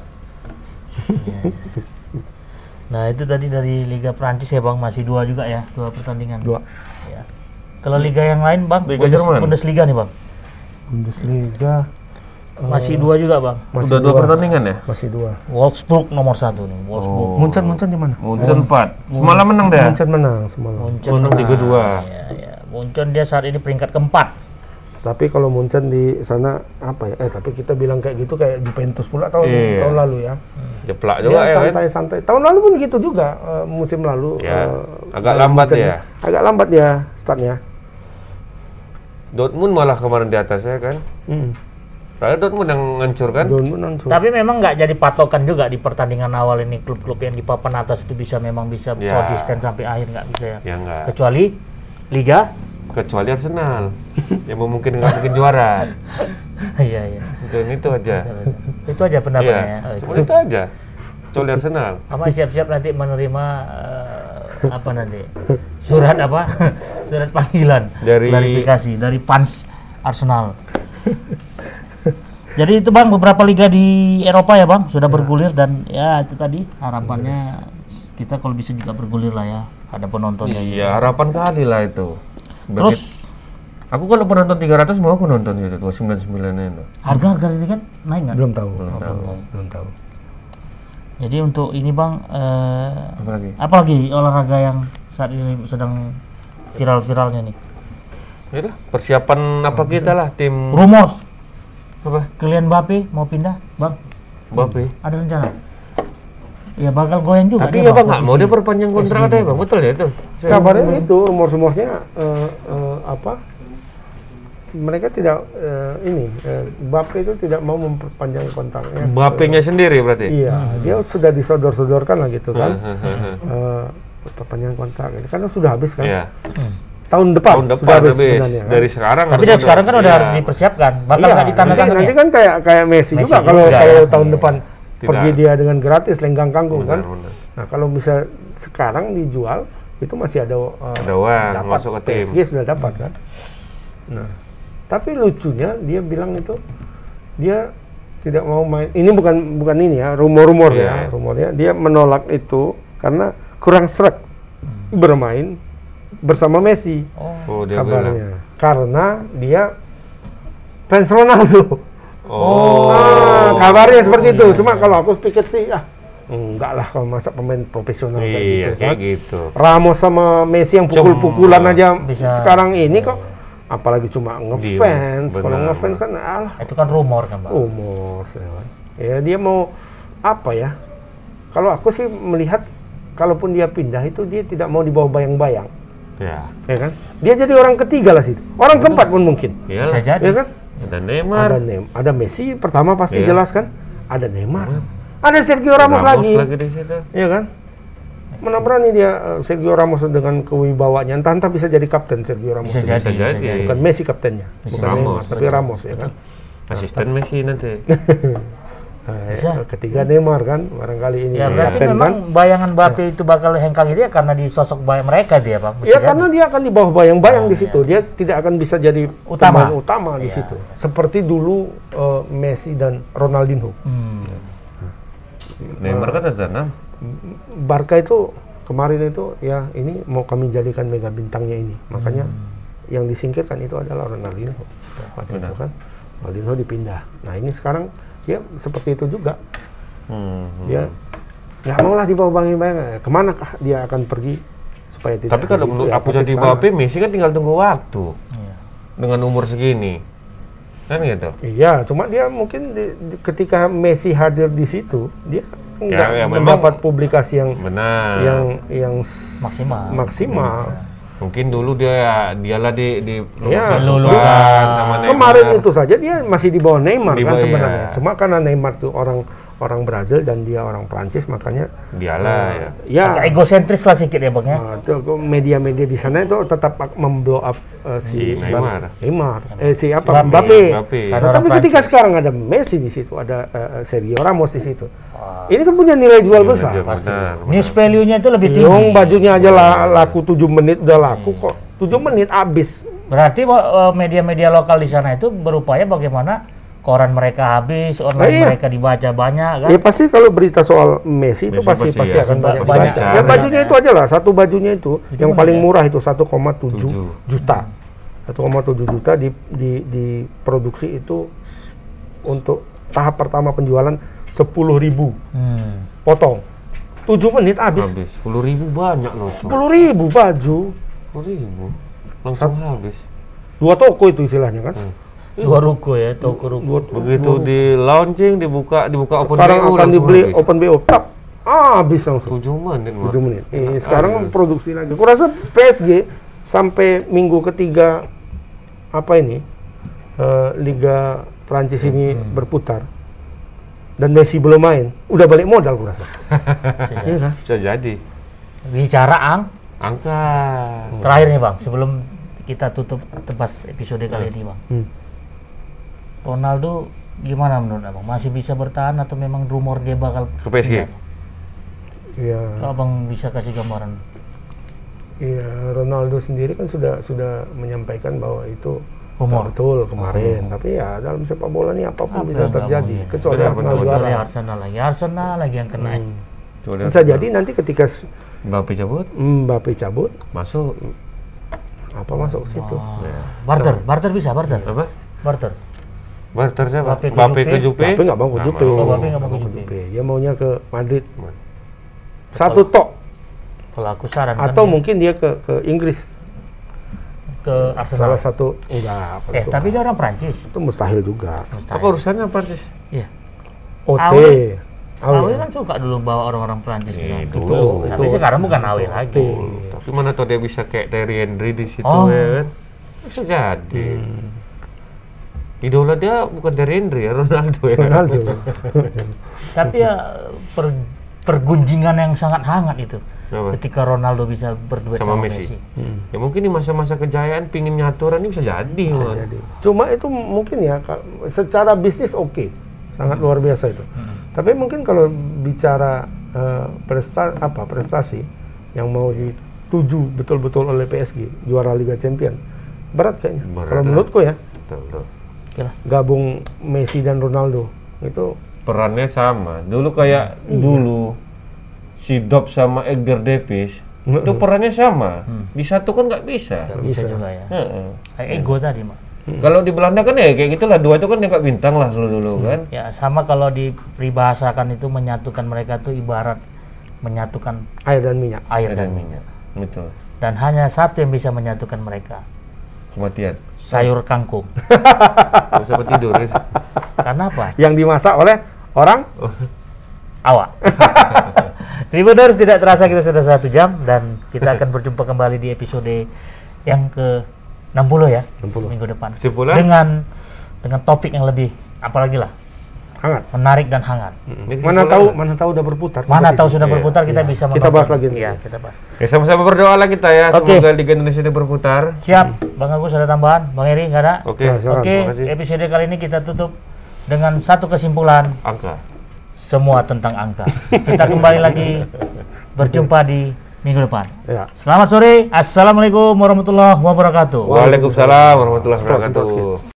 Nah, itu tadi dari Liga Prancis ya, Bang, masih 2 juga ya, 2 pertandingan. 2. Ya. Kalau liga yang lain, Bang, Liga Jerman. Bundesliga nih, Bang. Bundesliga Masih 2 juga, Bang. Udah 2 pertandingan ya? Masih 2. Wolfsburg nomor 1 nih, Wolfsburg. Munchen di mana? Munchen 4. Semalam menang deh. Munchen menang semalam. Munchen Menang 3-2. Ya. Munchen dia saat ini peringkat keempat. Tapi kalau Munchen di sana apa ya? Tapi kita bilang kayak gitu kayak Juventus pula tahun lalu ya. Jeplak juga Dia ya kan? santai-santai. Tahun lalu pun gitu juga musim lalu. Ya, agak lambat Munchen ya. Agak lambat ya startnya. Dortmund malah kemarin di atas ya kan? Padahal Dortmund yang ngancur kan? Dortmund hancur. Tapi memang nggak jadi patokan juga di pertandingan awal ini klub-klub yang di papan atas itu bisa Ya. konsisten sampai akhir, nggak bisa ya. Ya enggak. Kecuali Liga. Kecuali Arsenal yang nggak mungkin juara. Iya. Itu aja. Itu aja pendapatnya. Iya, cuma itu aja. Kecuali Arsenal. Apa siap-siap nanti menerima apa nanti? Surat apa? Surat panggilan Dari- klarifikasi dari fans Arsenal. Jadi itu, Bang, beberapa liga di Eropa ya, Bang, sudah bergulir dan ya itu tadi harapannya kita kalau bisa juga bergulir lah ya. ada penontonnya. Iya, harapan kali lah itu. Terus aku kalau penonton 300 mau aku nonton gitu 299 itu. Harga tiket naik nggak? Belum tahu. Jadi untuk ini Bang, apalagi olahraga yang saat ini sedang viral-viralnya nih? Itulah persiapan apa kita lah tim. Rumor. Apa? Kylian Mbappe mau pindah, Bang? Mbappe. Ada rencana? Ya bakal goyang juga. Tapi ya Bang nggak mau dia perpanjang kontrak ada ya Bang, betul ya itu? Kabarnya itu rumor-rumornya mereka tidak Mbappe itu tidak mau memperpanjang kontraknya. Mbappe-nya sendiri berarti? Iya, dia sudah disodor-sodorkan lah gitu kan. Perpanjangan kontrak ini karena sudah habis kan. Iya. Tahun depan sudah habis sebenarnya, kan? Dari sekarang. Tapi dari sekarang kan udah harus dipersiapkan. Bakal nggak ditandatangani. Nanti kan kayak Messi juga kalau tahun depan pergi dia dengan gratis lenggang kangkung kan. Nah kalau bisa sekarang dijual itu masih ada uang dapat masuk ke tim. PSG sudah dapat kan. Nah tapi lucunya dia bilang itu dia tidak mau main. Ini bukan ini ya rumor-rumor ya rumornya dia menolak itu karena kurang sreg bermain bersama Messi. Dia kabarnya bilang. Karena dia fans Ronaldo. Kabarnya seperti itu. Cuma kalau aku pikir sih enggak lah kalau masa pemain profesional kayak gitu kan. Gitu. Ramos sama Messi yang pukul-pukulan aja bisa. Sekarang ini kok apalagi cuma ngefans. Kalau ngefans kan itu kan rumor kan, Bang. Rumor. Ya dia mau apa ya? Kalau aku sih melihat kalaupun dia pindah itu dia tidak mau dibawa bayang-bayang. Ya kan? Dia jadi orang ketiga lah situ. Orang keempat pun mungkin. Bisa jadi. Ya kan? Ada Neymar. Ada Messi pertama pasti jelas kan? Ada Neymar. Ada Sergio Ramos lagi di situ. Iya kan? Mana berani dia Sergio Ramos dengan kewibawaannya. Entah bisa jadi kapten Sergio Ramos. Bisa jadi. Bukan Messi kaptennya. Bukan Neymar, tapi Ramos ya kan? Asisten Messi nanti. Ketiga Neymar kan barangkali ini ya berarti kapten memang kan? bayangan Mbappe itu bakal hengkang itu ya karena di sosok mereka dia Bang. Ya karena dia akan di bawah bayang-bayang di situ. Dia tidak akan bisa jadi pemain utama di situ. Seperti dulu Messi dan Ronaldinho. Neymar kan ada 6. Barca itu kemarin itu ya ini mau kami jadikan mega bintangnya ini. Makanya yang disingkirkan itu adalah Ronaldinho. Waktu itu kan Ronaldinho dipindah. Nah ini sekarang ya seperti itu juga. Dia nggak mau lah dibawa bayang-bayang. Kemana kah dia akan pergi supaya tidak. Tapi kalau menurut aku jadi Mbappe, Messi kan tinggal tunggu waktu. Dengan umur segini, kan gitu. Iya, cuma dia mungkin ketika Messi hadir di situ, dia nggak mendapat publikasi yang benar, yang maksimal. Mungkin dulu dialah di lulukan sama Neymar. Kemarin itu saja dia masih di bawah Neymar kan sebenarnya. Cuma karena Neymar tuh orang Brazil dan dia orang Prancis makanya dialah ya egosentris lah sedikit ya Bang ya. Media-media di sana itu tetap memblow up si Neymar. Mbappe. Tapi ketika sekarang ada Messi di situ, ada Sergio Ramos di situ. Ini kan punya nilai jual besar. News value-nya itu lebih tinggi. Bajunya aja laku 7 menit udah laku kok. 7 menit habis. Berarti media-media lokal di sana itu berupaya bagaimana koran mereka habis, online mereka dibaca banyak kan? Ya pasti kalau berita soal Messi itu pasti akan banyak dibaca. Ya bajunya itu aja lah, satu bajunya itu yang paling murah itu 1,7 juta. 1,7 juta diproduksi itu untuk tahap pertama penjualan 10.000 potong. 7 menit habis. 10.000 banyak loh. 10.000 baju. 10.000 langsung habis. 2 toko itu istilahnya kan. 2 ruko ya, toko ruko. Begitu di launching dibuka open BO. Sekarang akan dibeli open BO tap. Habis langsung. 7 menit. 7 menit. Sekarang produksi lagi. Aku rasa PSG sampai minggu ketiga Liga Prancis ini berputar. Dan Messi belum main, udah balik modal aku rasa. Iya kan? Bisa jadi. Bicara angka. Terakhir nih Bang, sebelum kita tutup tebas episode kali ini Bang. Ronaldo gimana menurut Abang? Masih bisa bertahan atau memang rumor dia bakal ke PSG? Iya. Abang bisa kasih gambaran? Iya, Ronaldo sendiri kan sudah menyampaikan bahwa itu rumor. Betul kemarin, tapi ya dalam sepak bola ini apapun bisa terjadi, kecuali Arsenal juara. Arsenal lagi yang kena. Bisa jadi nanti ketika Mbappe cabut. Masuk. Apa masuk situ? Ya. Barter bisa barter. Apa? Barter siapa? Mbappe ke Jupe. Mbappe nggak mau ke Jupe. Mbappe nggak mau ke Jupe. Dia maunya ke Madrid. Satu tok. Kalau aku sarankan Atau mungkin dia ke Inggris. Ke Arsenal. Salah satu enggak. Tapi dia orang Prancis. Itu mustahil juga. Apa urusannya Prancis? Iya. OT. Awe kan suka dulu bawa orang-orang Prancis ke sana. Itu. Tapi sekarang bukan Awe lagi. Tapi mana tahu dia bisa kayak Thierry Henry di situ ya kan? Bisa jadi. Idola dia bukan Thierry Henry ya, Ronaldo ya. Tapi ya pergunjingan yang sangat hangat itu. Apa? Ketika Ronaldo bisa berduet sama Messi. Ya mungkin di masa-masa kejayaan pingin nyaturan ini bisa jadi. Cuma itu mungkin ya secara bisnis oke. Sangat luar biasa itu. Tapi mungkin kalau bicara prestasi yang mau dituju betul-betul oleh PSG, juara Liga Champions, berat kayaknya. Kalau menurutku ya. Betul. Gabung Messi dan Ronaldo itu perannya sama. Dulu kayak dulu si Dob sama Edgar Davies itu perannya sama. Disatukan nggak bisa. Bisa juga ya. Kayak ego tadi, Mak. Kalau di Belanda kan ya kayak gitulah, dua itu kan diangkat bintang lah dulu kan. Ya sama kalau dipribahasakan itu menyatukan mereka tuh ibarat menyatukan air dan minyak. Air dan minyak. Betul. Dan hanya satu yang bisa menyatukan mereka. Kematian. Sayur kangkung. Nggak usah tidur. Ya. Karena apa? Yang dimasak oleh orang awak. Tribuners, tidak terasa kita sudah 1 jam dan kita akan berjumpa kembali di episode yang ke 60 ya, 60 minggu depan. Sebulan? Dengan topik yang lebih apalagi lah hangat, menarik dan hangat. Mana tahu udah berputar. Mana tahu sudah berputar, kita bisa kita bahas lagi. Iya, kita bahas. Oke, sama-sama berdoa lah kita ya, semoga Liga Indonesia ini berputar. Siap, Bang Agus ada tambahan, Bang Eri nggak ada? Oke, episode kali ini kita tutup dengan satu kesimpulan. Angka. Semua tentang angka. Kita kembali lagi berjumpa di minggu depan. Ya. Selamat sore. Assalamualaikum warahmatullahi wabarakatuh. Waalaikumsalam warahmatullahi wabarakatuh.